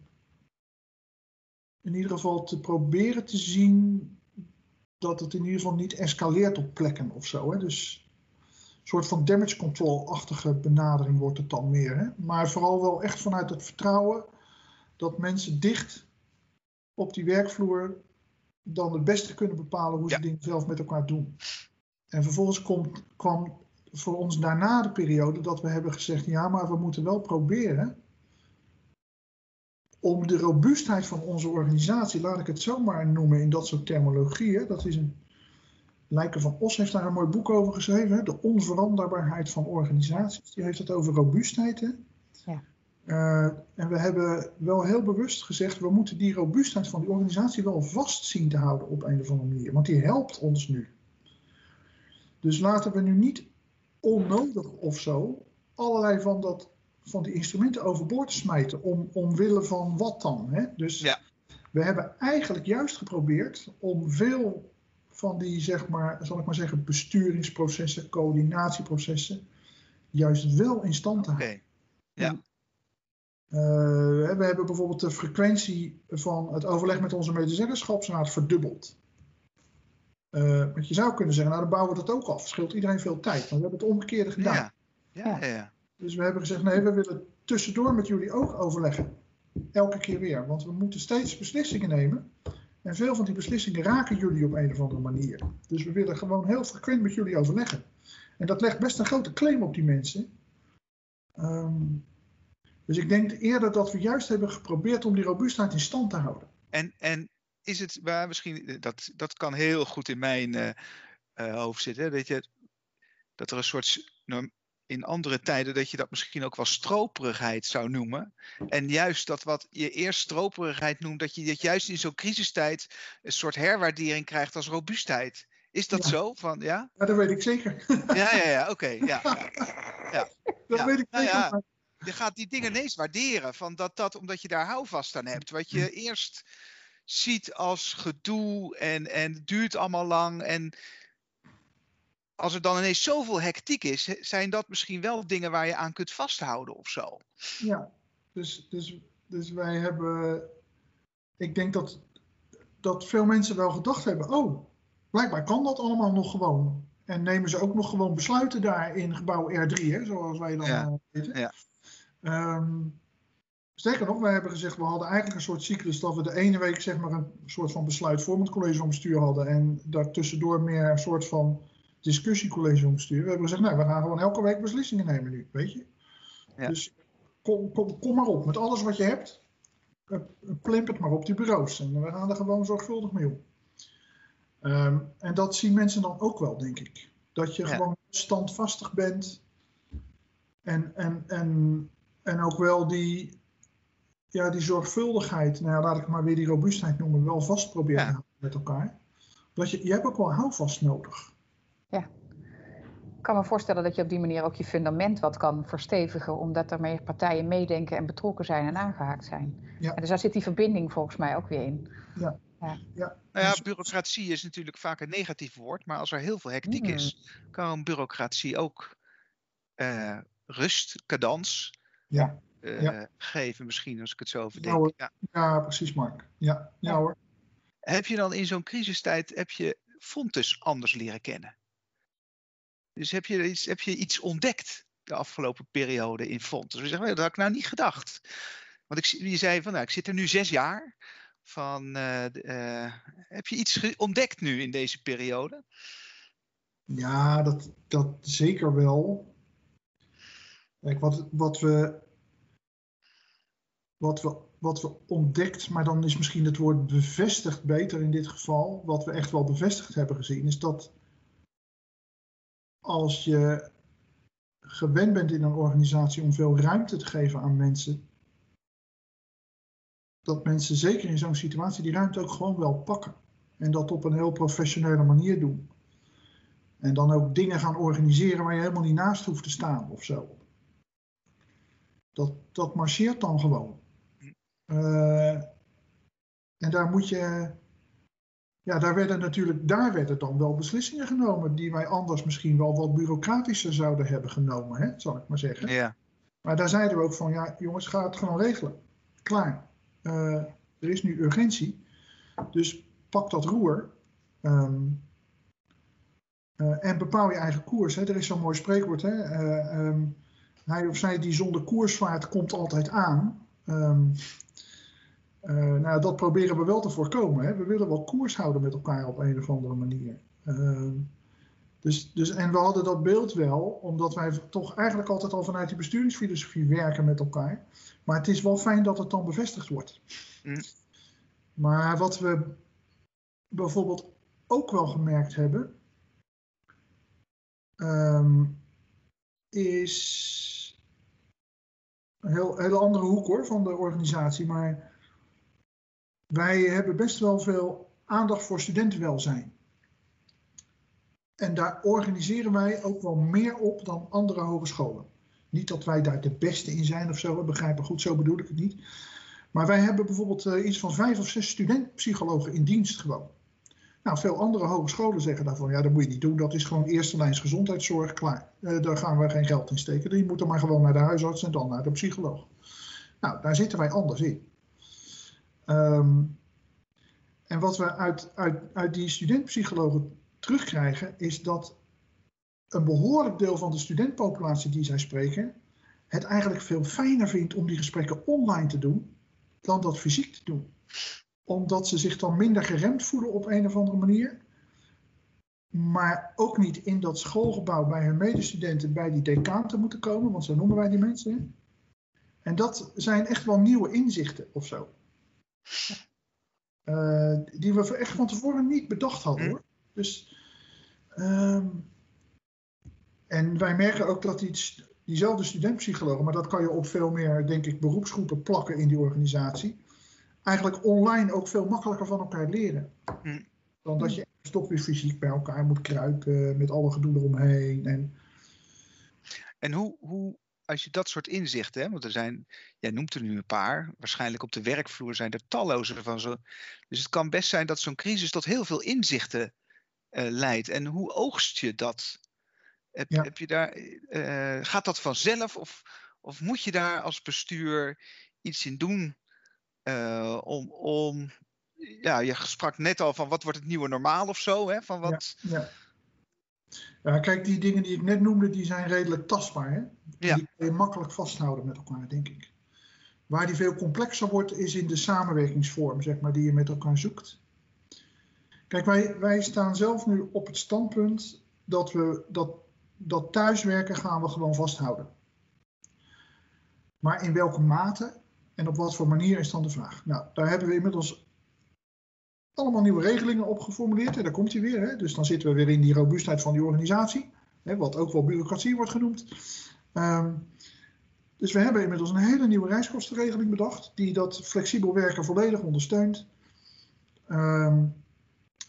in ieder geval te proberen te zien dat het in ieder geval niet escaleert op plekken of zo. Hè? Dus een soort van damage control-achtige benadering wordt het dan meer. Hè? Maar vooral wel echt vanuit het vertrouwen dat mensen dicht op die werkvloer dan het beste kunnen bepalen hoe ze ja. dingen zelf met elkaar doen. En vervolgens komt, kwam voor ons daarna de periode dat we hebben gezegd, ja, maar we moeten wel proberen om de robuustheid van onze organisatie, laat ik het zo maar noemen in dat soort terminologieën, dat is een, Lijken van Os heeft daar een mooi boek over geschreven, hè? De onveranderbaarheid van organisaties. Die heeft het over robuustheid. Hè? Ja. Uh, en we hebben wel heel bewust gezegd, we moeten die robuustheid van die organisatie wel vast zien te houden op een of andere manier. Want die helpt ons nu. Dus laten we nu niet onnodig of zo allerlei van, dat, van die instrumenten overboord smijten. Om, omwille van wat dan? Hè? Dus ja. we hebben eigenlijk juist geprobeerd om veel van die, zeg maar, zal ik maar zeggen, besturingsprocessen, coördinatieprocessen, juist wel in stand te houden. Okay. Ja. Uh, we hebben bijvoorbeeld de frequentie van het overleg met onze medezeggenschapsraad verdubbeld. Uh, want je zou kunnen zeggen, nou dan bouwen we dat ook af. Scheelt iedereen veel tijd. Maar we hebben het omgekeerde gedaan. Ja. Ja, ja, ja. Dus we hebben gezegd, nee, we willen tussendoor met jullie ook overleggen. Elke keer weer. Want we moeten steeds beslissingen nemen. En veel van die beslissingen raken jullie op een of andere manier. Dus we willen gewoon heel frequent met jullie overleggen. En dat legt best een grote claim op die mensen. Um, dus ik denk eerder dat we juist hebben geprobeerd om die robuustheid in stand te houden. En, en is het, waar misschien, dat, dat kan heel goed in mijn uh, uh, hoofd zitten, dat, je, dat er een soort, nou, in andere tijden, dat je dat misschien ook wel stroperigheid zou noemen. En juist dat wat je eerst stroperigheid noemt, dat je dat juist in zo'n crisistijd een soort herwaardering krijgt als robuustheid. Is dat ja. zo? Van, ja? ja, dat weet ik zeker. Ja, ja, ja, oké. Okay, ja, ja, ja. Dat ja. weet ik nou, zeker. Ja. Je gaat die dingen ineens waarderen, van dat, dat, omdat je daar houvast aan hebt. Wat je eerst ziet als gedoe en, en het duurt allemaal lang. En als er dan ineens zoveel hectiek is, zijn dat misschien wel dingen waar je aan kunt vasthouden of zo. Ja, dus, dus, dus wij hebben, ik denk dat, dat veel mensen wel gedacht hebben, oh, blijkbaar kan dat allemaal nog gewoon. En nemen ze ook nog gewoon besluiten daar in gebouw R drie, hè, zoals wij dan ja. weten. Ja. Um, sterker nog, wij hebben gezegd, we hadden eigenlijk een soort cyclus dat we de ene week zeg maar een soort van besluitvormend college van bestuur hadden en daartussendoor meer een soort van discussiecollege van bestuur. We hebben gezegd, nou, we gaan gewoon elke week beslissingen nemen nu, weet je. Ja. Dus kom, kom, kom maar op met alles wat je hebt, uh, plimp het maar op die bureaus en we gaan er gewoon zorgvuldig mee om. Um, en dat zien mensen dan ook wel, denk ik. Dat je ja. gewoon standvastig bent en, en, en En ook wel die, ja, die zorgvuldigheid, nou ja, laat ik maar weer die robuustheid noemen, wel vast proberen ja. te houden met elkaar. Dat je, je hebt ook wel houvast nodig. Ja. Ik kan me voorstellen dat je op die manier ook je fundament wat kan verstevigen, omdat er meer partijen meedenken en betrokken zijn en aangehaakt zijn. Ja. En dus daar zit die verbinding volgens mij ook weer in. Ja. Ja. Ja. Nou ja, bureaucratie is natuurlijk vaak een negatief woord, maar als er heel veel hectiek Mm. is, kan bureaucratie ook uh, rust, cadans Ja. uh, Ja. geven misschien, als ik het zo Ja, overdenk. hoor. Ja. Ja, precies, Mark. Ja, ja, Ja. hoor. Heb je dan in zo'n crisistijd, heb je Fontes anders leren kennen? Dus heb je iets, heb je iets ontdekt de afgelopen periode in Fontes? We zeggen, dat had ik nou niet gedacht. Want ik, je zei van, nou, ik zit er nu zes jaar. Van, uh, uh, heb je iets ontdekt nu in deze periode? Ja, dat, dat zeker wel. Kijk, wat, wat, we, wat, we, wat we ontdekt, maar dan is misschien het woord bevestigd beter in dit geval. Wat we echt wel bevestigd hebben gezien, is dat als je gewend bent in een organisatie om veel ruimte te geven aan mensen, dat mensen zeker in zo'n situatie die ruimte ook gewoon wel pakken. En dat op een heel professionele manier doen. En dan ook dingen gaan organiseren waar je helemaal niet naast hoeft te staan of zo. Dat, dat marcheert dan gewoon. Uh, en daar moet je... Ja, daar werden natuurlijk daar werden dan wel beslissingen genomen die wij anders misschien wel wat bureaucratischer zouden hebben genomen, hè, zal ik maar zeggen. Ja. Maar daar zeiden we ook van, ja jongens, ga het gewoon regelen. Klaar. Uh, er is nu urgentie. Dus pak dat roer. Um, uh, en bepaal je eigen koers. Hè. Er is zo'n mooi spreekwoord. Hè. Uh, um, hij of zij die zonder koers vaart, komt altijd aan. Um, Uh, nou, dat proberen we wel te voorkomen. Hè. We willen wel koers houden met elkaar op een of andere manier. Uh, dus, dus, en we hadden dat beeld wel, omdat wij toch eigenlijk altijd al vanuit die besturingsfilosofie werken met elkaar. Maar het is wel fijn dat het dan bevestigd wordt. Mm. Maar wat we bijvoorbeeld ook wel gemerkt hebben, um, is een heel, hele andere hoek hoor, van de organisatie, maar wij hebben best wel veel aandacht voor studentenwelzijn. En daar organiseren wij ook wel meer op dan andere hogescholen. Niet dat wij daar de beste in zijn of zo, begrijp me goed, zo bedoel ik het niet. Maar wij hebben bijvoorbeeld uh, iets van vijf of zes studentpsychologen in dienst gewoon. Nou, veel andere hogescholen zeggen daarvan, ja dat moet je niet doen, dat is gewoon eerste lijns gezondheidszorg, klaar. Uh, daar gaan we geen geld in steken, die moeten maar gewoon naar de huisarts en dan naar de psycholoog. Nou, daar zitten wij anders in. Um, en wat we uit, uit, uit die studentpsychologen terugkrijgen, is dat een behoorlijk deel van de studentpopulatie die zij spreken, het eigenlijk veel fijner vindt om die gesprekken online te doen, dan dat fysiek te doen. Omdat ze zich dan minder geremd voelen op een of andere manier. Maar ook niet in dat schoolgebouw bij hun medestudenten bij die decaan te moeten komen, want zo noemen wij die mensen. Hè? En dat zijn echt wel nieuwe inzichten of zo. Uh, die we echt van tevoren niet bedacht hadden hoor. Dus, um, en wij merken ook dat die, diezelfde studentpsychologen, maar dat kan je op veel meer, denk ik, beroepsgroepen plakken in die organisatie, eigenlijk online ook veel makkelijker van elkaar leren. Dan dat je toch weer fysiek bij elkaar moet kruipen met alle gedoe eromheen. En, en hoe, hoe, als je dat soort inzichten, hè, want er zijn, jij noemt er nu een paar, waarschijnlijk op de werkvloer zijn er talloze van zo. Dus het kan best zijn dat zo'n crisis tot heel veel inzichten uh, leidt. En hoe oogst je dat? Heb, ja. heb je daar, uh, gaat dat vanzelf of, of moet je daar als bestuur iets in doen uh, om, om, ja, je sprak net al van wat wordt het nieuwe normaal of zo, hè? Van wat... Ja, ja. Ja, kijk, die dingen die ik net noemde, die zijn redelijk tastbaar. Hè? Ja. Die kun je makkelijk vasthouden met elkaar, denk ik. Waar die veel complexer wordt, is in de samenwerkingsvorm, zeg maar, die je met elkaar zoekt. Kijk, wij, wij staan zelf nu op het standpunt dat we dat, dat thuiswerken gaan we gewoon vasthouden. Maar in welke mate en op wat voor manier is dan de vraag. Nou, daar hebben we inmiddels allemaal nieuwe regelingen op geformuleerd. En daar komt hij weer. Hè? Dus dan zitten we weer in die robuustheid van die organisatie. Hè, wat ook wel bureaucratie wordt genoemd. Um, dus we hebben inmiddels een hele nieuwe reiskostenregeling bedacht. Die dat flexibel werken volledig ondersteunt. Um,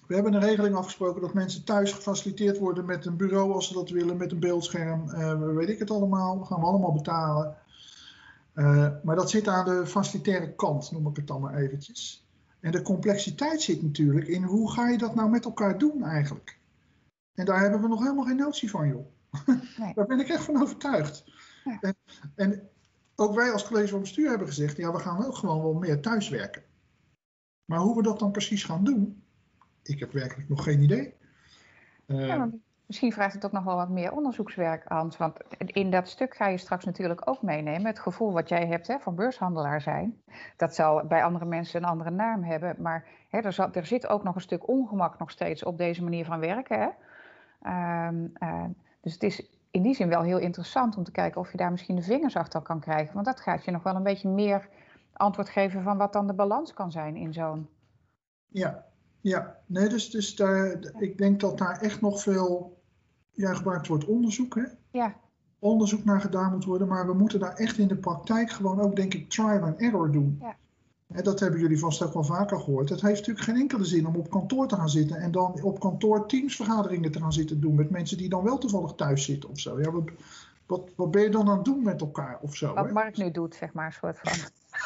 We hebben een regeling afgesproken dat mensen thuis gefaciliteerd worden met een bureau als ze dat willen, met een beeldscherm, uh, weet ik het allemaal, dat gaan we allemaal betalen. Uh, maar dat zit aan de facilitaire kant, noem ik het dan maar eventjes. En de complexiteit zit natuurlijk in hoe ga je dat nou met elkaar doen eigenlijk. En daar hebben we nog helemaal geen notie van, joh. Nee. Daar ben ik echt van overtuigd. Ja. En, en ook wij als college van bestuur hebben gezegd, ja, we gaan ook gewoon wel meer thuiswerken. Maar hoe we dat dan precies gaan doen, ik heb werkelijk nog geen idee. Uh, ja, misschien vraagt het ook nog wel wat meer onderzoekswerk, Hans. Want in dat stuk ga je straks natuurlijk ook meenemen. Het gevoel wat jij hebt, hè, van beurshandelaar zijn. Dat zal bij andere mensen een andere naam hebben. Maar hè, er, zal, er zit ook nog een stuk ongemak nog steeds op deze manier van werken. Hè? Uh, uh, dus het is in die zin wel heel interessant om te kijken of je daar misschien de vingers achter kan krijgen. Want dat gaat je nog wel een beetje meer antwoord geven van wat dan de balans kan zijn in zo'n... Ja, ja. Nee, dus, dus daar, ik denk dat daar echt nog veel, ja, gebruikt wordt onderzoek, hè? Ja. Onderzoek naar gedaan moet worden, maar we moeten daar echt in de praktijk gewoon ook, denk ik, trial and error doen. Ja. En dat hebben jullie vast ook wel vaker gehoord. Het heeft natuurlijk geen enkele zin om op kantoor te gaan zitten en dan op kantoor teamsvergaderingen te gaan zitten doen met mensen die dan wel toevallig thuis zitten of zo. Ja, wat, wat, wat ben je dan aan het doen met elkaar of zo? Wat hè? Mark nu doet, zeg maar, een soort van.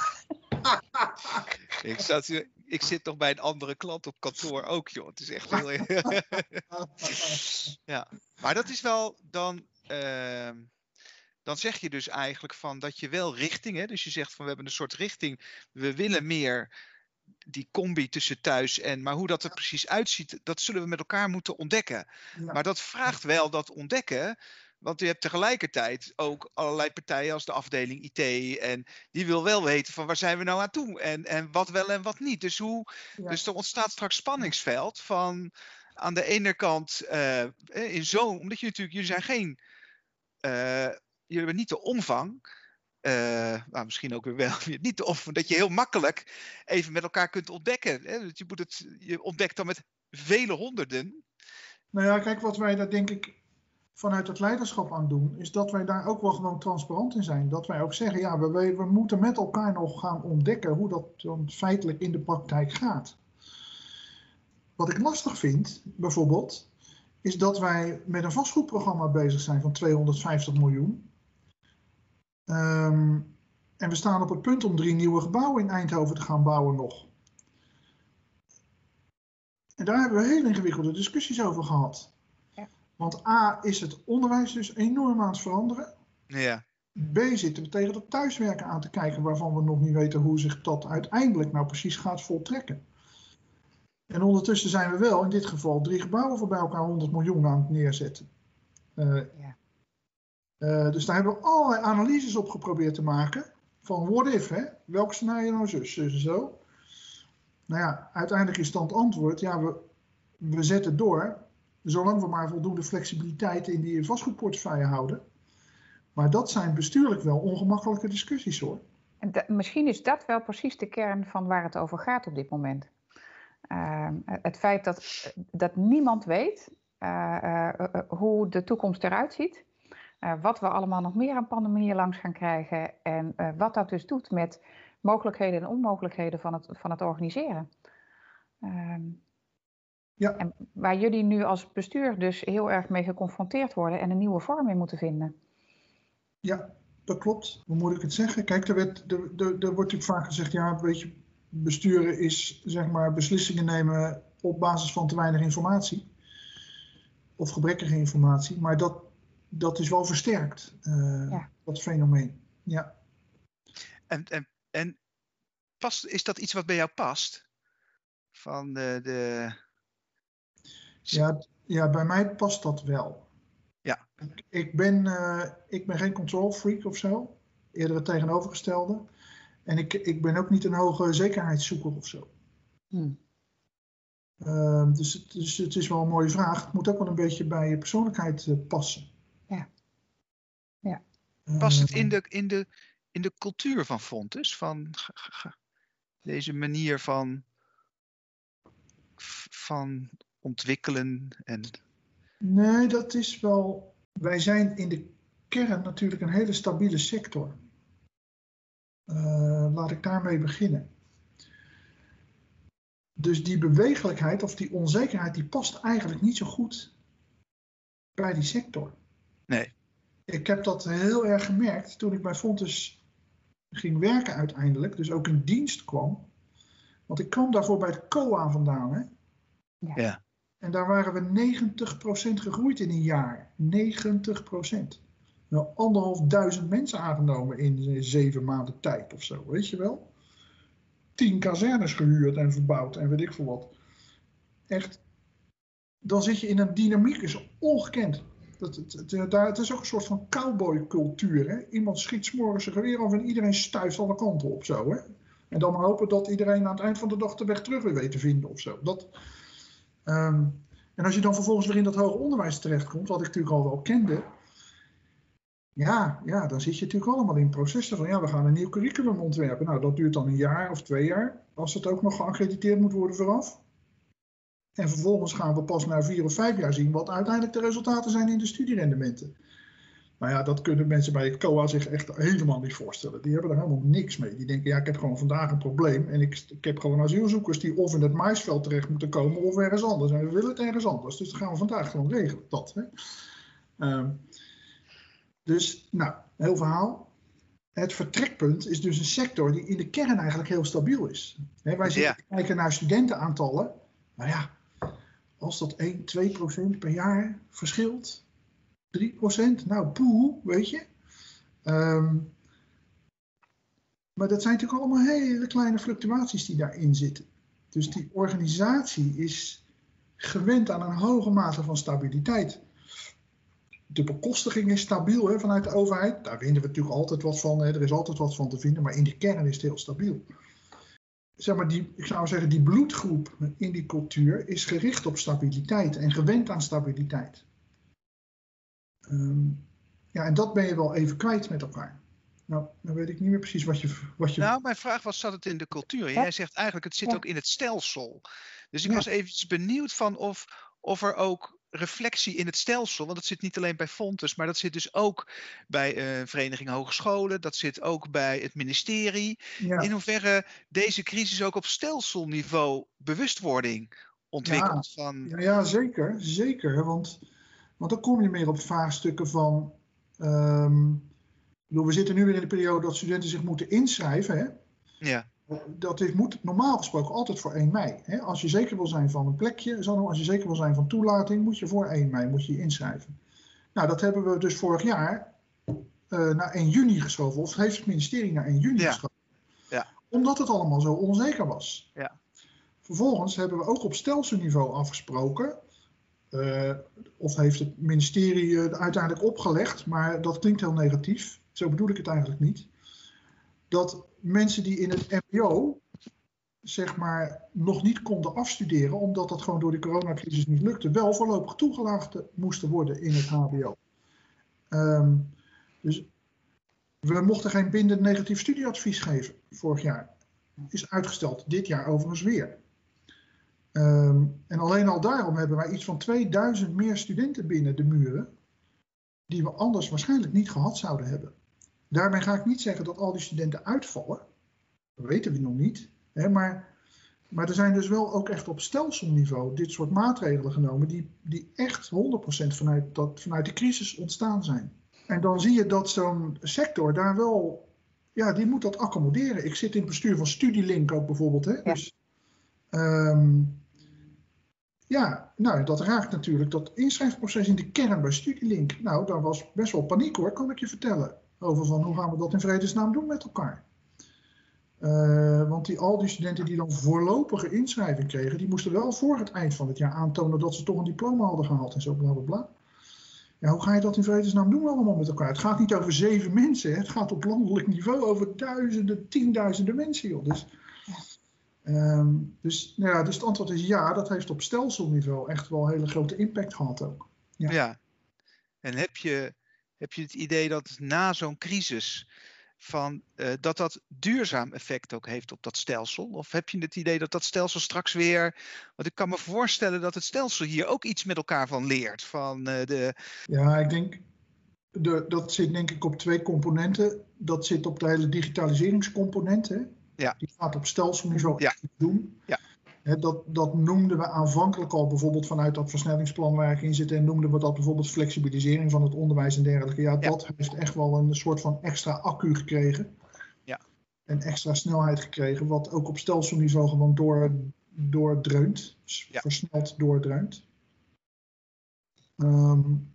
ik, zat, ik zit nog bij een andere klant op kantoor ook, joh. Het is echt heel... ja, maar dat is wel dan... Uh, dan zeg je dus eigenlijk van dat je wel richting... Hè, dus je zegt van we hebben een soort richting. We willen meer die combi tussen thuis en... Maar hoe dat er precies uitziet, dat zullen we met elkaar moeten ontdekken. Ja. Maar dat vraagt wel dat ontdekken... Want je hebt tegelijkertijd ook allerlei partijen als de afdeling I T. En die wil wel weten van waar zijn we nou aan toe. En, en wat wel en wat niet. Dus, hoe, ja. dus er ontstaat straks spanningsveld van aan de ene kant uh, in zo'n... Omdat je natuurlijk, jullie zijn geen... Uh, jullie hebben niet de omvang. Uh, nou, misschien ook weer wel. Niet de omvang. Dat je heel makkelijk even met elkaar kunt ontdekken. Hè? Je, moet het, je ontdekt dan met vele honderden. Nou ja, kijk, wat wij daar denk ik... vanuit het leiderschap aan doen, is dat wij daar ook wel gewoon transparant in zijn. Dat wij ook zeggen, ja, we, we moeten met elkaar nog gaan ontdekken hoe dat dan feitelijk in de praktijk gaat. Wat ik lastig vind, bijvoorbeeld, is dat wij met een vastgoedprogramma bezig zijn van tweehonderdvijftig miljoen. Um, en we staan op het punt om drie nieuwe gebouwen in Eindhoven te gaan bouwen nog. En daar hebben we hele ingewikkelde discussies over gehad. Want A, is het onderwijs dus enorm aan het veranderen. Ja. B, zitten we tegen dat thuiswerken aan te kijken waarvan we nog niet weten hoe zich dat uiteindelijk nou precies gaat voltrekken. En ondertussen zijn we wel in dit geval drie gebouwen voor bij elkaar honderd miljoen aan het neerzetten. Uh, ja. uh, dus daar hebben we allerlei analyses op geprobeerd te maken. Van what if, hè? Welk scenario nou zus, zus en zo. Nou ja, uiteindelijk is dan het antwoord, ja, we, we zetten door... Zolang we maar voldoende flexibiliteit in die vastgoedportefeuille houden. Maar dat zijn bestuurlijk wel ongemakkelijke discussies, hoor. En de, misschien is dat wel precies de kern van waar het over gaat op dit moment. Uh, het feit dat, dat niemand weet uh, uh, uh, hoe de toekomst eruit ziet. Uh, wat we allemaal nog meer aan pandemieën langs gaan krijgen. En uh, wat dat dus doet met mogelijkheden en onmogelijkheden van het, van het organiseren. Uh, Ja. En waar jullie nu als bestuur dus heel erg mee geconfronteerd worden en een nieuwe vorm in moeten vinden. Ja, dat klopt. Hoe moet ik het zeggen? Kijk, er, werd, er, er, er wordt natuurlijk vaak gezegd, ja, weet je, besturen is zeg maar beslissingen nemen op basis van te weinig informatie. Of gebrekkige informatie. Maar dat, dat is wel versterkt, uh, ja. dat fenomeen. Ja. En, en, en past, is dat iets wat bij jou past? Van de... de... Ja, ja, bij mij past dat wel. Ja. Ik, ik, ben, uh, ik ben geen control freak of zo. Eerder het tegenovergestelde. En ik, ik ben ook niet een hoge zekerheidszoeker of zo. Hmm. Uh, dus, het, dus het is wel een mooie vraag. Het moet ook wel een beetje bij je persoonlijkheid uh, passen. Ja. Ja. Past het in de, in de, in de cultuur van Fontes? Van deze manier van... van ontwikkelen en... Nee, dat is wel... Wij zijn in de kern natuurlijk een hele stabiele sector. Uh, laat ik daarmee beginnen. dus die bewegelijkheid of die onzekerheid, die past eigenlijk niet zo goed bij die sector. Nee. Ik heb dat heel erg gemerkt toen ik bij Fontes ging werken uiteindelijk, dus ook in dienst kwam. Want ik kwam daarvoor bij het C O A vandaan. Hè? Ja. En daar waren we negentig procent gegroeid in een jaar. negentig procent. Nou, anderhalf duizend mensen aangenomen in zeven maanden tijd of zo, weet je wel. Tien kazernes gehuurd en verbouwd en weet ik veel wat. Echt, dan zit je in een dynamiek, is ongekend. Dat, het, het, het is ook een soort van cowboycultuur. Hè? Iemand schiet 's morgens zijn geweer af en iedereen stuift alle kanten op zo. Hè? En dan maar hopen dat iedereen aan het eind van de dag de weg terug weer weet te vinden of zo. Dat, um, en als je dan vervolgens weer in dat hoger onderwijs terechtkomt, wat ik natuurlijk al wel kende. Ja, ja, dan zit je natuurlijk allemaal in processen van, ja, we gaan een nieuw curriculum ontwerpen. Nou, dat duurt dan een jaar of twee jaar, als het ook nog geaccrediteerd moet worden vooraf. En vervolgens gaan we pas na vier of vijf jaar zien wat uiteindelijk de resultaten zijn in de studierendementen. Nou ja, dat kunnen mensen bij het C O A zich echt helemaal niet voorstellen. Die hebben er helemaal niks mee. Die denken, ja, ik heb gewoon vandaag een probleem. En ik, ik heb gewoon asielzoekers die of in het maisveld terecht moeten komen of ergens anders. En we willen het ergens anders. Dus dat gaan we vandaag gewoon regelen. Dat, hè. Um, dus, nou, heel verhaal. Het vertrekpunt is dus een sector die in de kern eigenlijk heel stabiel is. He, wij zitten te kijken naar studentenaantallen. Nou ja, als dat één, twee procent per jaar verschilt, drie procent, nou poeh, weet je. Um, maar dat zijn natuurlijk allemaal hele kleine fluctuaties die daarin zitten. Dus die organisatie is gewend aan een hoge mate van stabiliteit. De bekostiging is stabiel, hè, vanuit de overheid. Daar vinden we natuurlijk altijd wat van. Hè. Er is altijd wat van te vinden, maar in de kern is het heel stabiel. Zeg maar die, ik zou zeggen, die bloedgroep in die cultuur is gericht op stabiliteit en gewend aan stabiliteit. Um, ja, en dat ben je wel even kwijt met elkaar. Nou, dan weet ik niet meer precies wat je... Wat je... Nou, mijn vraag was, zat het in de cultuur? En jij zegt eigenlijk, het zit ja. ook in het stelsel. Dus ik ja. was eventjes benieuwd van of, of er ook reflectie in het stelsel, want dat zit niet alleen bij Fontes, maar dat zit dus ook bij uh, Vereniging Hogescholen, dat zit ook bij het ministerie. Ja. In hoeverre deze crisis ook op stelselniveau bewustwording ontwikkelt? Ja, van... ja, ja zeker, zeker. Want, want dan kom je meer op vraagstukken van... Um, bedoel, we zitten nu weer in de periode dat studenten zich moeten inschrijven. Hè? Ja. Dat is, moet normaal gesproken altijd voor één mei. Hè? Als je zeker wil zijn van een plekje, als je zeker wil zijn van toelating, moet je voor één mei moet je, je inschrijven. Nou, dat hebben we dus vorig jaar uh, naar één juni geschoven. Of heeft het ministerie naar één juni ja. geschoven. Ja. Omdat het allemaal zo onzeker was. Ja. Vervolgens hebben we ook op stelselniveau afgesproken. Uh, of heeft het ministerie uh, uiteindelijk opgelegd, maar dat klinkt heel negatief. Zo bedoel ik het eigenlijk niet. Dat mensen die in het M B O zeg maar nog niet konden afstuderen, omdat dat gewoon door de coronacrisis niet lukte, wel voorlopig toegelaten moesten worden in het H B O. Um, dus we mochten geen bindend negatief studieadvies geven vorig jaar. Is uitgesteld, dit jaar overigens weer. Um, en alleen al daarom hebben wij iets van tweeduizend meer studenten binnen de muren, die we anders waarschijnlijk niet gehad zouden hebben. Daarmee ga ik niet zeggen dat al die studenten uitvallen. Dat weten we nog niet. Hè, maar, maar er zijn dus wel ook echt op stelselniveau dit soort maatregelen genomen die, die echt honderd procent vanuit, dat, vanuit de crisis ontstaan zijn. En dan zie je dat zo'n sector daar wel, ja, die moet dat accommoderen. Ik zit in het bestuur van Studielink ook bijvoorbeeld. Hè, ja. Dus, um, ja, nou, dat raakt natuurlijk dat inschrijfproces in de kern bij Studielink. Nou, daar was best wel paniek hoor, kan ik je vertellen. Over van hoe gaan we dat in vredesnaam doen met elkaar. Uh, want die, al die studenten die dan voorlopige inschrijving kregen, die moesten wel voor het eind van het jaar aantonen dat ze toch een diploma hadden gehaald en zo bla bla bla. Ja, hoe ga je dat in vredesnaam doen allemaal met elkaar? Het gaat niet over zeven mensen, het gaat op landelijk niveau over duizenden, tienduizenden mensen. Joh. Dus, um, dus, nou ja, dus het antwoord is ja, dat heeft op stelselniveau echt wel een hele grote impact gehad ook. Ja, ja. En heb je... Heb je het idee dat na zo'n crisis van, uh, dat dat duurzaam effect ook heeft op dat stelsel? Of heb je het idee dat dat stelsel straks weer... Want ik kan me voorstellen dat het stelsel hier ook iets met elkaar van leert. Van, uh, de... Ja, ik denk... De, dat zit denk ik op twee componenten. Dat zit op de hele digitaliseringscomponent. Hè? Ja. Die gaat op stelselniveau ja. doen. Ja. He, dat, dat noemden we aanvankelijk al bijvoorbeeld vanuit dat versnellingsplan waar ik in zit. En noemden we dat bijvoorbeeld flexibilisering van het onderwijs en dergelijke. Ja, ja. Dat heeft echt wel een soort van extra accu gekregen. Ja. En extra snelheid gekregen. Wat ook op stelselniveau gewoon door, doordreunt. Ja. Versneld doordreunt. Um,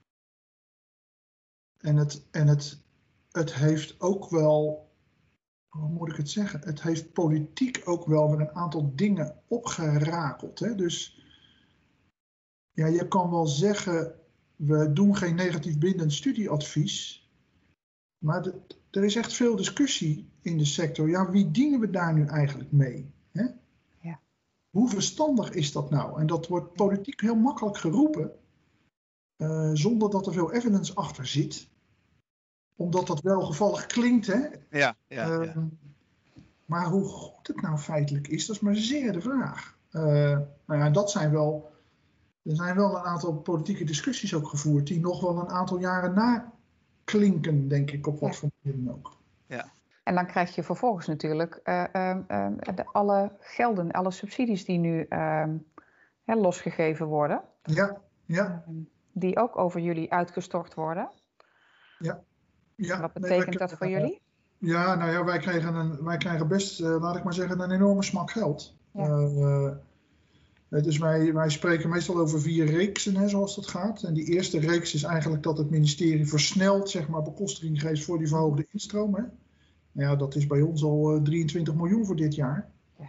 en het, en het, het heeft ook wel... Hoe moet ik het zeggen? Het heeft politiek ook wel weer een aantal dingen opgerakeld. Hè? Dus ja, je kan wel zeggen, we doen geen negatief bindend studieadvies. Maar de, er is echt veel discussie in de sector. Ja, wie dienen we daar nu eigenlijk mee? Hè? Ja. Hoe verstandig is dat nou? En dat wordt politiek heel makkelijk geroepen. Uh, zonder dat er veel evidence achter zit. Omdat dat wel gevallig klinkt, hè? Ja, ja, uh, ja. Maar hoe goed het nou feitelijk is, dat is maar zeer de vraag. Uh, nou ja, dat zijn wel, er zijn wel een aantal politieke discussies ook gevoerd, die nog wel een aantal jaren na klinken, denk ik, op wat ja. voor manier dan ook. Ja. En dan krijg je vervolgens natuurlijk uh, uh, uh, de, alle gelden, alle subsidies die nu uh, hè, losgegeven worden. Ja, ja. Uh, die ook over jullie uitgestort worden. Ja. Ja, wat betekent nee, dat voor uh, jullie? Ja, nou ja, wij krijgen, een, wij krijgen best, uh, laat ik maar zeggen, een enorme smak geld. Ja. Uh, uh, dus wij, wij spreken meestal over vier reeksen, hè, zoals dat gaat. En die eerste reeks is eigenlijk dat het ministerie versneld, zeg maar, bekostiging geeft voor die verhoogde instroom. Hè. Nou ja, dat is bij ons al uh, drieëntwintig miljoen voor dit jaar. Ja.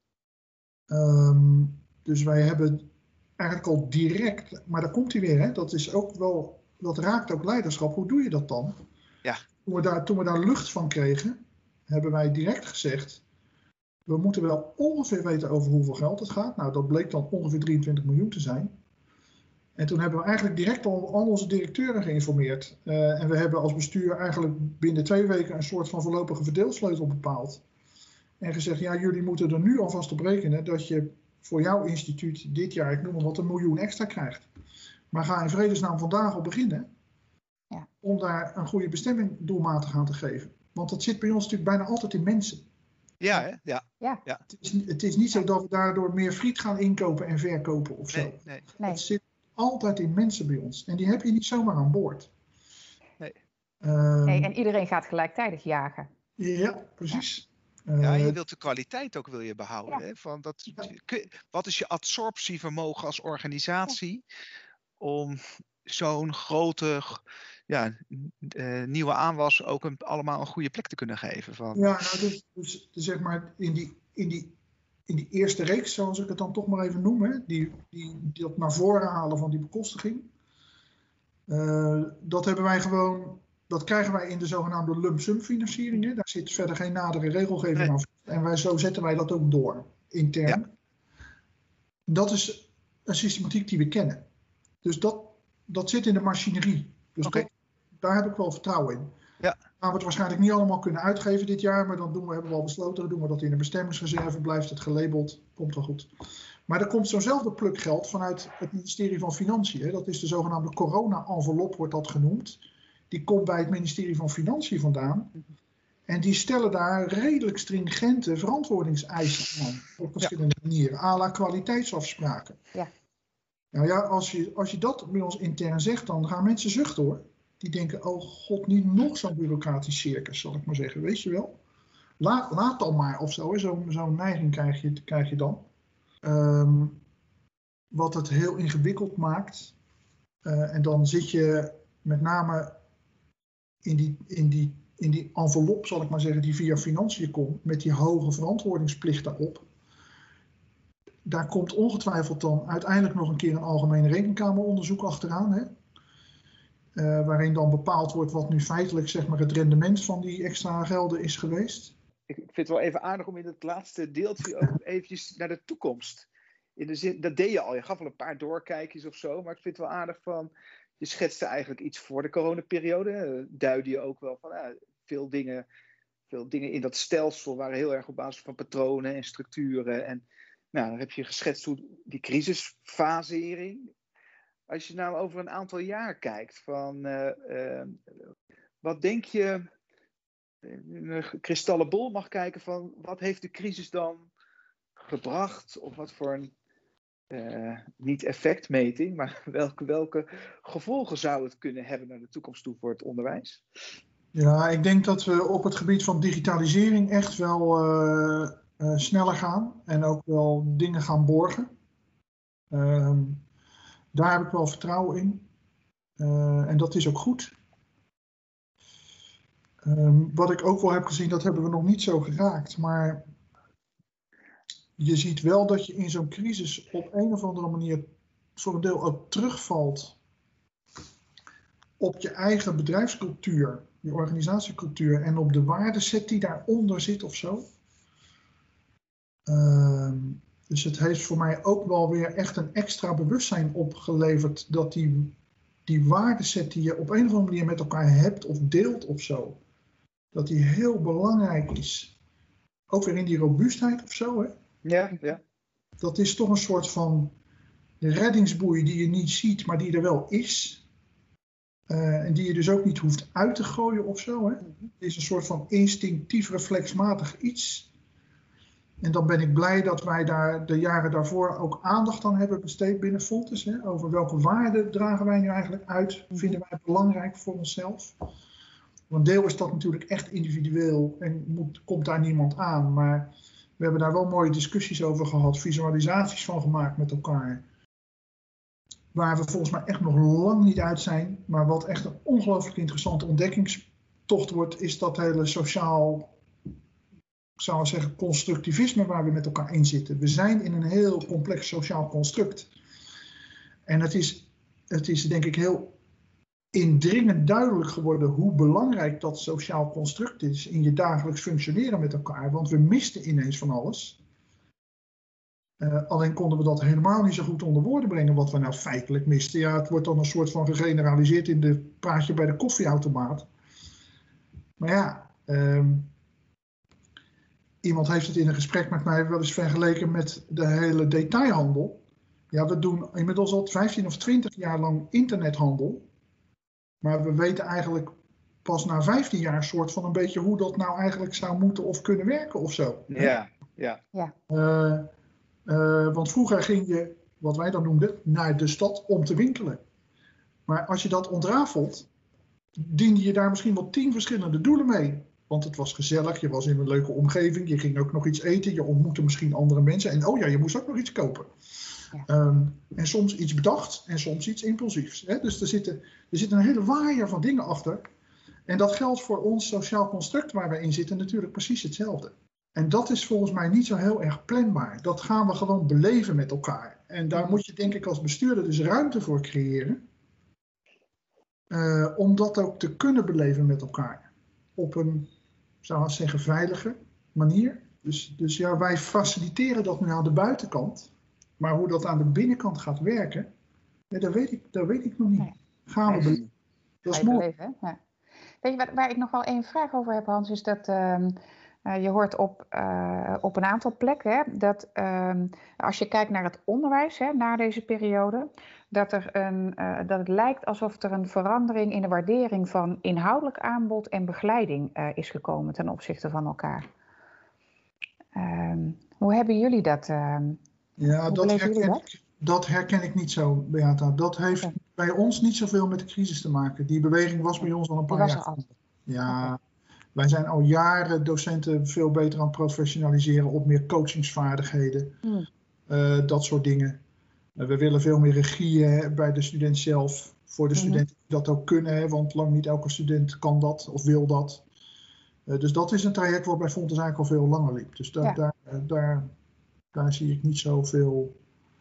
Um, dus wij hebben eigenlijk al direct, maar daar komt hij weer, hè, dat is ook wel, dat raakt ook leiderschap. Hoe doe je dat dan? Ja. Toen we, daar, toen we daar lucht van kregen, hebben wij direct gezegd, we moeten wel ongeveer weten over hoeveel geld het gaat. Nou, dat bleek dan ongeveer drieëntwintig miljoen te zijn. En toen hebben we eigenlijk direct al, al onze directeuren geïnformeerd. Uh, en we hebben als bestuur eigenlijk binnen twee weken een soort van voorlopige verdeelsleutel bepaald. En gezegd, ja, jullie moeten er nu alvast op rekenen dat je voor jouw instituut dit jaar, ik noem maar wat, een miljoen extra krijgt. Maar ga in vredesnaam vandaag al beginnen. Ja. Om daar een goede bestemming doelmatig aan te geven. Want dat zit bij ons natuurlijk bijna altijd in mensen. Ja, hè? Ja. Ja. ja. Het, is, het is niet zo dat we daardoor meer friet gaan inkopen en verkopen of zo. Nee, nee. Nee. Het zit altijd in mensen bij ons. En die heb je niet zomaar aan boord. Nee. Um, nee en iedereen gaat gelijktijdig jagen. Ja, precies. Ja. Uh, ja, je uh, wilt de kwaliteit ook wil je behouden. Ja. Hè? Van dat, ja. Wat is je absorptievermogen als organisatie ja. om zo'n grote ja, uh, nieuwe aanwas ook een, allemaal een goede plek te kunnen geven? Van... Ja, nou, dus, dus zeg maar in die, in, die, in die eerste reeks, zoals ik het dan toch maar even noem, hè, die, die, die dat naar voren halen van die bekostiging, uh, dat hebben wij gewoon, dat krijgen wij in de zogenaamde lump sum financiering. Hè. Daar zit verder geen nadere regelgeving nee. aan. En wij, zo zetten wij dat ook door, intern. Ja. Dat is een systematiek die we kennen. Dus dat, dat zit in de machinerie. Dus okay. dat, daar heb ik wel vertrouwen in. Ja. Gaan we het waarschijnlijk niet allemaal kunnen uitgeven dit jaar, maar dan doen we, hebben we al besloten, dan doen we dat in de bestemmingsreserve, blijft het gelabeld, komt wel goed. Maar er komt zo'nzelfde pluk geld vanuit het ministerie van Financiën. Hè. Dat is de zogenaamde corona-envelop, wordt dat genoemd. Die komt bij het ministerie van Financiën vandaan. En die stellen daar redelijk stringente verantwoordingseisen aan. Op verschillende ja. manieren. À la kwaliteitsafspraken. Ja. Nou ja, als je, als je dat bij ons intern zegt, dan gaan mensen zuchten hoor. Die denken, oh god, niet nog zo'n bureaucratisch circus, zal ik maar zeggen. Weet je wel? Laat, laat dan maar of zo. Zo'n zo neiging krijg je, krijg je dan. Um, wat het heel ingewikkeld maakt. Uh, en dan zit je met name in die, in die, in die envelop, zal ik maar zeggen, die via financiën komt, met die hoge verantwoordingsplicht daarop. Daar komt ongetwijfeld dan uiteindelijk nog een keer een algemene rekenkameronderzoek achteraan. Hè? Uh, waarin dan bepaald wordt wat nu feitelijk zeg maar, het rendement van die extra gelden is geweest. Ik vind het wel even aardig om in het laatste deeltje ook eventjes naar de toekomst. In de zin, dat deed je al, je gaf al een paar doorkijkjes of zo, maar ik vind het wel aardig van, je schetste eigenlijk iets voor de coronaperiode. Duidde je ook wel van, ja, veel dingen, veel dingen in dat stelsel waren heel erg op basis van patronen en structuren. En nou, dan heb je geschetst hoe die crisisfasering. Als je nou over een aantal jaar kijkt, van uh, uh, wat denk je, in een kristallenbol mag kijken van, wat heeft de crisis dan gebracht? Of wat voor een, uh, niet effectmeting, maar welke, welke gevolgen zou het kunnen hebben naar de toekomst toe voor het onderwijs? Ja, ik denk dat we op het gebied van digitalisering echt wel uh, uh, sneller gaan. En ook wel dingen gaan borgen. Uh, daar heb ik wel vertrouwen in. Uh, en dat is ook goed. Um, wat ik ook wel heb gezien, dat hebben we nog niet zo geraakt. Maar je ziet wel dat je in zo'n crisis op een of andere manier voor een deel ook terugvalt op je eigen bedrijfscultuur, je organisatiecultuur en op de waardeset die daaronder zit of zo. Um, dus het heeft voor mij ook wel weer echt een extra bewustzijn opgeleverd dat die, die waardeset die je op een of andere manier met elkaar hebt of deelt of zo, dat die heel belangrijk is. Ook weer in die robuustheid of zo, hè? Ja, ja. Dat is toch een soort van reddingsboei die je niet ziet, maar die er wel is. Uh, en die je dus ook niet hoeft uit te gooien of zo. Hè? Het is een soort van instinctief, reflexmatig iets. En dan ben ik blij dat wij daar de jaren daarvoor ook aandacht aan hebben besteed binnen Fontes. Hè? Over welke waarden dragen wij nu eigenlijk uit? Vinden wij belangrijk voor onszelf? Voor een deel is dat natuurlijk echt individueel en moet, komt daar niemand aan. Maar we hebben daar wel mooie discussies over gehad, visualisaties van gemaakt met elkaar. Waar we volgens mij echt nog lang niet uit zijn. Maar wat echt een ongelooflijk interessante ontdekkingstocht wordt, is dat hele sociaal, ik zou zeggen, constructivisme waar we met elkaar in zitten. We zijn in een heel complex sociaal construct. En het is, het is denk ik heel indringend duidelijk geworden hoe belangrijk dat sociaal construct is in je dagelijks functioneren met elkaar. Want we misten ineens van alles. Uh, alleen konden we dat helemaal niet zo goed onder woorden brengen wat we nou feitelijk misten. Ja, het wordt dan een soort van gegeneraliseerd in de praatje bij de koffieautomaat. Maar ja, um, iemand heeft het in een gesprek met mij wel eens vergeleken met de hele detailhandel. Ja, we doen inmiddels al vijftien of twintig jaar lang internethandel. Maar we weten eigenlijk pas na vijftien jaar soort van een beetje hoe dat nou eigenlijk zou moeten of kunnen werken of zo. Ja, ja. ja. Uh, uh, want vroeger ging je, wat wij dan noemden, naar de stad om te winkelen. Maar als je dat ontrafelt, diende je daar misschien wel tien verschillende doelen mee. Want het was gezellig, je was in een leuke omgeving, je ging ook nog iets eten, je ontmoette misschien andere mensen. En oh ja, je moest ook nog iets kopen. Ja. Um, en soms iets bedacht en soms iets impulsiefs. Hè? Dus er zit, er zit een hele waaier van dingen achter. En dat geldt voor ons sociaal construct waar we in zitten natuurlijk precies hetzelfde. En dat is volgens mij niet zo heel erg planbaar. Dat gaan we gewoon beleven met elkaar. En daar moet je denk ik als bestuurder dus ruimte voor creëren. Uh, om dat ook te kunnen beleven met elkaar. Op een, zou ik zeggen, veilige manier. Dus, dus ja, wij faciliteren dat nu aan de buitenkant. Maar hoe dat aan de binnenkant gaat werken, ja, dat, weet ik, dat weet ik nog niet. Nee. Gaan we beleven. Dat is mooi. Beleven, ja. Weet je, waar, waar ik nog wel één vraag over heb, Hans, is dat uh, uh, je hoort op, uh, op een aantal plekken hè, dat uh, als je kijkt naar het onderwijs hè, na deze periode, dat, er een, uh, dat het lijkt alsof er een verandering in de waardering van inhoudelijk aanbod en begeleiding uh, is gekomen ten opzichte van elkaar. Uh, hoe hebben jullie dat? Uh, Ja, dat herken, dat? Ik, dat herken ik niet zo, Beata. Dat heeft okay. bij ons niet zoveel met de crisis te maken. Die beweging was bij ons al een paar jaar. Al. Ja, okay. Wij zijn al jaren docenten veel beter aan het professionaliseren op meer coachingsvaardigheden. Hmm. Uh, dat soort dingen. Uh, we willen veel meer regie hè, bij de student zelf. Voor de studenten mm-hmm. die dat ook kunnen, hè, want lang niet elke student kan dat of wil dat. Uh, dus dat is een traject wat bij Fontes eigenlijk al veel langer liep. Dus da- ja. daar... Uh, daar Daar zie ik niet zoveel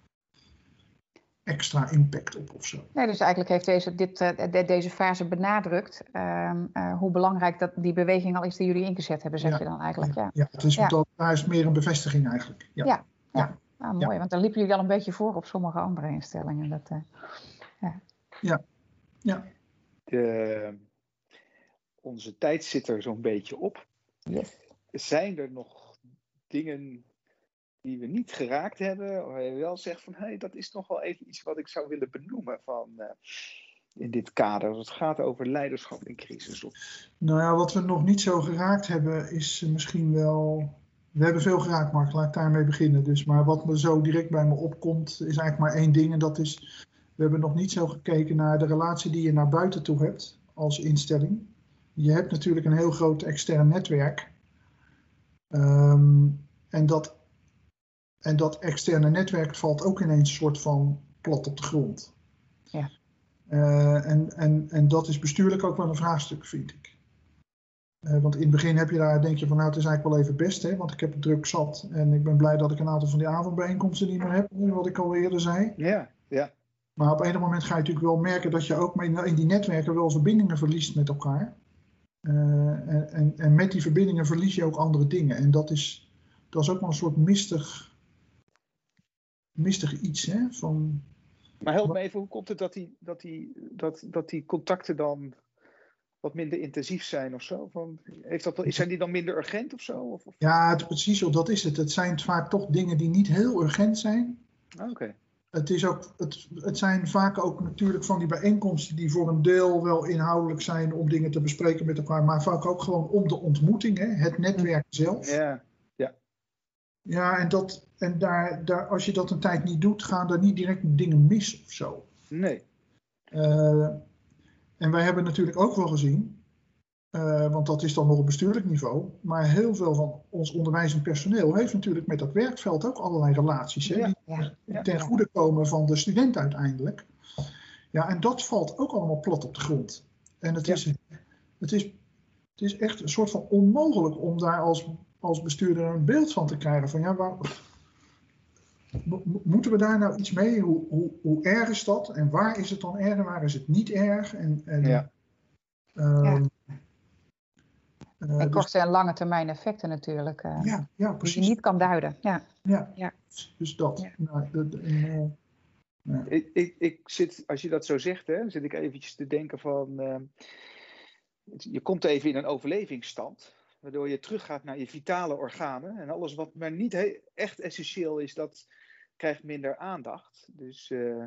extra impact op of zo. Nee, dus eigenlijk heeft deze, dit, uh, de, deze fase benadrukt uh, uh, hoe belangrijk dat die beweging al is die jullie ingezet hebben, zeg ja, je dan eigenlijk. Ja, ja. ja, het is, ja. Dat, daar is meer een bevestiging eigenlijk. Ja, ja, ja. ja. Ah, mooi, ja. Want dan liepen jullie al een beetje voor op sommige andere instellingen. Dat, uh, ja. Ja. ja. De, onze tijd zit er zo'n beetje op. Yes. Zijn er nog dingen die we niet geraakt hebben, waar je wel zegt van, hé, hey, dat is nog wel even iets wat ik zou willen benoemen van, uh, in dit kader, als het gaat over leiderschap in crisis? Of... Nou ja, wat we nog niet zo geraakt hebben, is uh, misschien wel We hebben veel geraakt, Mark. Laat ik daarmee beginnen. Dus, maar wat me zo direct bij me opkomt, is eigenlijk maar één ding. En dat is, we hebben nog niet zo gekeken naar de relatie die je naar buiten toe hebt als instelling. Je hebt natuurlijk een heel groot extern netwerk. Um, en, dat, en dat externe netwerk valt ook ineens een soort van plat op de grond. Ja. Uh, en, en, en dat is bestuurlijk ook wel een vraagstuk, vind ik. Uh, want in het begin heb je daar, denk je van nou het is eigenlijk wel even best, hè, want ik heb het druk zat. En ik ben blij dat ik een aantal van die avondbijeenkomsten niet meer heb, wat ik al eerder zei. Ja, ja. Maar op enig moment ga je natuurlijk wel merken dat je ook in die netwerken wel verbindingen verliest met elkaar. Uh, en, en, en met die verbindingen verlies je ook andere dingen. En dat is, dat is ook wel een soort mistig, mistig iets, hè, van... Maar help me even, hoe komt het dat die, dat die, dat, dat die contacten dan wat minder intensief zijn of zo? Van, heeft dat, zijn die dan minder urgent of zo? Of, of? Ja, het, precies zo, dat is het. Het zijn vaak toch dingen die niet heel urgent zijn. Oké. Okay. Het, is ook, het, het zijn vaak ook natuurlijk van die bijeenkomsten die voor een deel wel inhoudelijk zijn om dingen te bespreken met elkaar, maar vaak ook gewoon om de ontmoeting, hè, het netwerk zelf. Ja, ja. Ja, en, dat, en daar, daar, als je dat een tijd niet doet, gaan er niet direct dingen mis of zo. Nee. Uh, en wij hebben natuurlijk ook wel gezien, uh, want dat is dan nog op bestuurlijk niveau, maar heel veel van ons onderwijzend personeel heeft natuurlijk met dat werkveld ook allerlei relaties, hè, ja, die ja, ja, ten ja. goede komen van de student uiteindelijk. Ja, en dat valt ook allemaal plat op de grond. En het, Ja. is, het, is, het is echt een soort van onmogelijk om daar als, als bestuurder een beeld van te krijgen van ja, waar, moeten we daar nou iets mee? Hoe, hoe, hoe erg is dat? En waar is het dan erg en waar is het niet erg? En, en, Ja. uh, Ja. Uh, En dus, korte en lange termijn effecten natuurlijk. Uh, ja, ja, die precies. je niet kan duiden. Ja. Ja, Ja. dus dat. Ja. Nou, de, de, uh, ja. Ik, ik, ik zit, als je dat zo zegt, hè, zit ik eventjes te denken van, uh, je komt even in een overlevingsstand, waardoor je teruggaat naar je vitale organen en alles wat maar niet he- echt essentieel is, dat krijgt minder aandacht. Dus uh,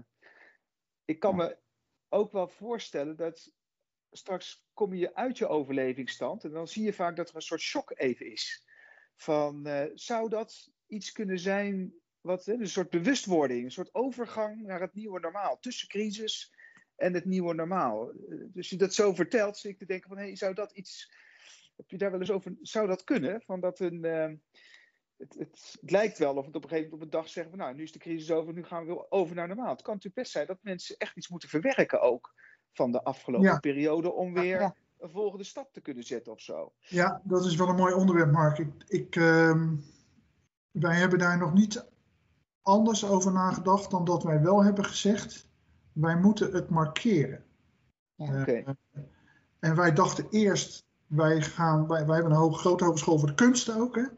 ik kan me ook wel voorstellen dat straks kom je uit je overlevingsstand en dan zie je vaak dat er een soort shock even is. Van, uh, zou dat iets kunnen zijn, wat, hè, een soort bewustwording, een soort overgang naar het nieuwe normaal, tussen crisis en het nieuwe normaal. Uh, dus je dat zo vertelt, zit ik te denken van, hé, hey, zou dat iets, heb je daar wel eens over, zou dat kunnen? Van dat een, uh, het, het, het lijkt wel of het op een gegeven moment op een dag zeggen van, nou, nu is de crisis over, nu gaan we weer over naar normaal. Het kan natuurlijk best zijn dat mensen echt iets moeten verwerken ook van de afgelopen Ja. periode om weer Ja. een volgende stap te kunnen zetten of zo. Ja, dat is wel een mooi onderwerp, Mark. Ik, ik, uh, wij hebben daar nog niet anders over nagedacht dan dat wij wel hebben gezegd, wij moeten het markeren. Ja. Uh, Oké. en wij dachten eerst, wij, gaan, wij, wij hebben een hoge, grote hogeschool voor de kunsten ook. Hè?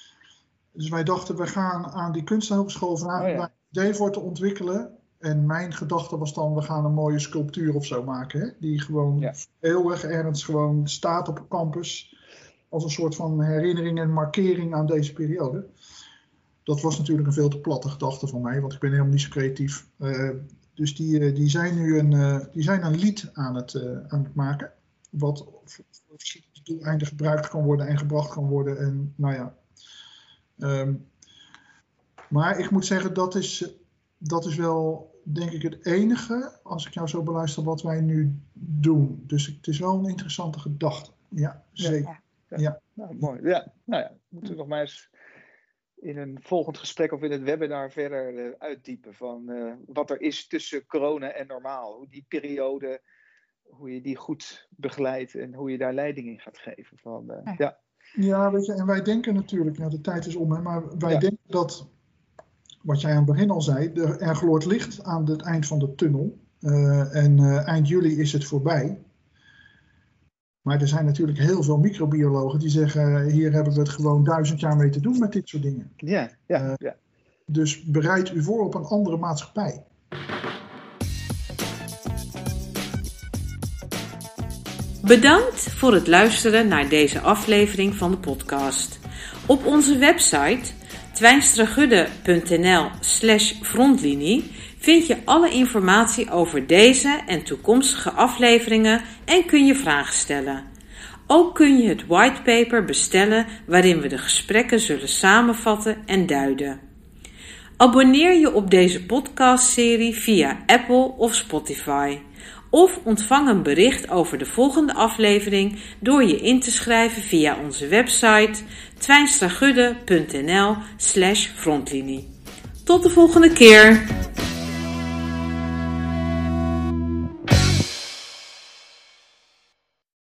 Dus wij dachten, wij gaan aan die kunstenhogeschool vragen Oh ja. een idee voor te ontwikkelen. En mijn gedachte was dan, we gaan een mooie sculptuur of zo maken. Hè? Die gewoon Ja. eeuwig ergens gewoon staat op een campus. Als een soort van herinnering en markering aan deze periode. Dat was natuurlijk een veel te platte gedachte van mij, want ik ben helemaal niet zo creatief. Uh, dus die, uh, die zijn nu een, uh, die zijn een lied aan het, uh, aan het maken. Wat voor verschillende doeleinden gebruikt kan worden en gebracht kan worden. En nou ja. Um, maar ik moet zeggen, dat is, dat is wel denk ik het enige, als ik jou zo beluister, wat wij nu doen. Dus het is wel een interessante gedachte. Ja, zeker. Ja. Ja. Nou, mooi. Ja, nou ja, moeten we nog maar eens in een volgend gesprek of in het webinar verder uh, uitdiepen van uh, wat er is tussen corona en normaal. Hoe die periode, hoe je die goed begeleidt en hoe je daar leiding in gaat geven. Van, uh, Ja. ja. Ja, weet je, en wij denken natuurlijk, nou de tijd is om, hè, maar wij Ja. denken dat, wat jij aan het begin al zei, er, er gloort licht aan het eind van de tunnel. Uh, en uh, eind juli is het voorbij. Maar er zijn natuurlijk heel veel microbiologen die zeggen, hier hebben we het gewoon duizend jaar mee te doen met dit soort dingen. Ja, ja, Uh, ja. Dus bereid u voor op een andere maatschappij. Bedankt voor het luisteren naar deze aflevering van de podcast. Op onze website twijnstragudde.nl slash frontlinie vind je alle informatie over deze en toekomstige afleveringen en kun je vragen stellen. Ook kun je het whitepaper bestellen waarin we de gesprekken zullen samenvatten en duiden. Abonneer je op deze podcastserie via Apple of Spotify. Of ontvang een bericht over de volgende aflevering door je in te schrijven via onze website twijnstragudde punt n l slash frontlinie. Tot de volgende keer!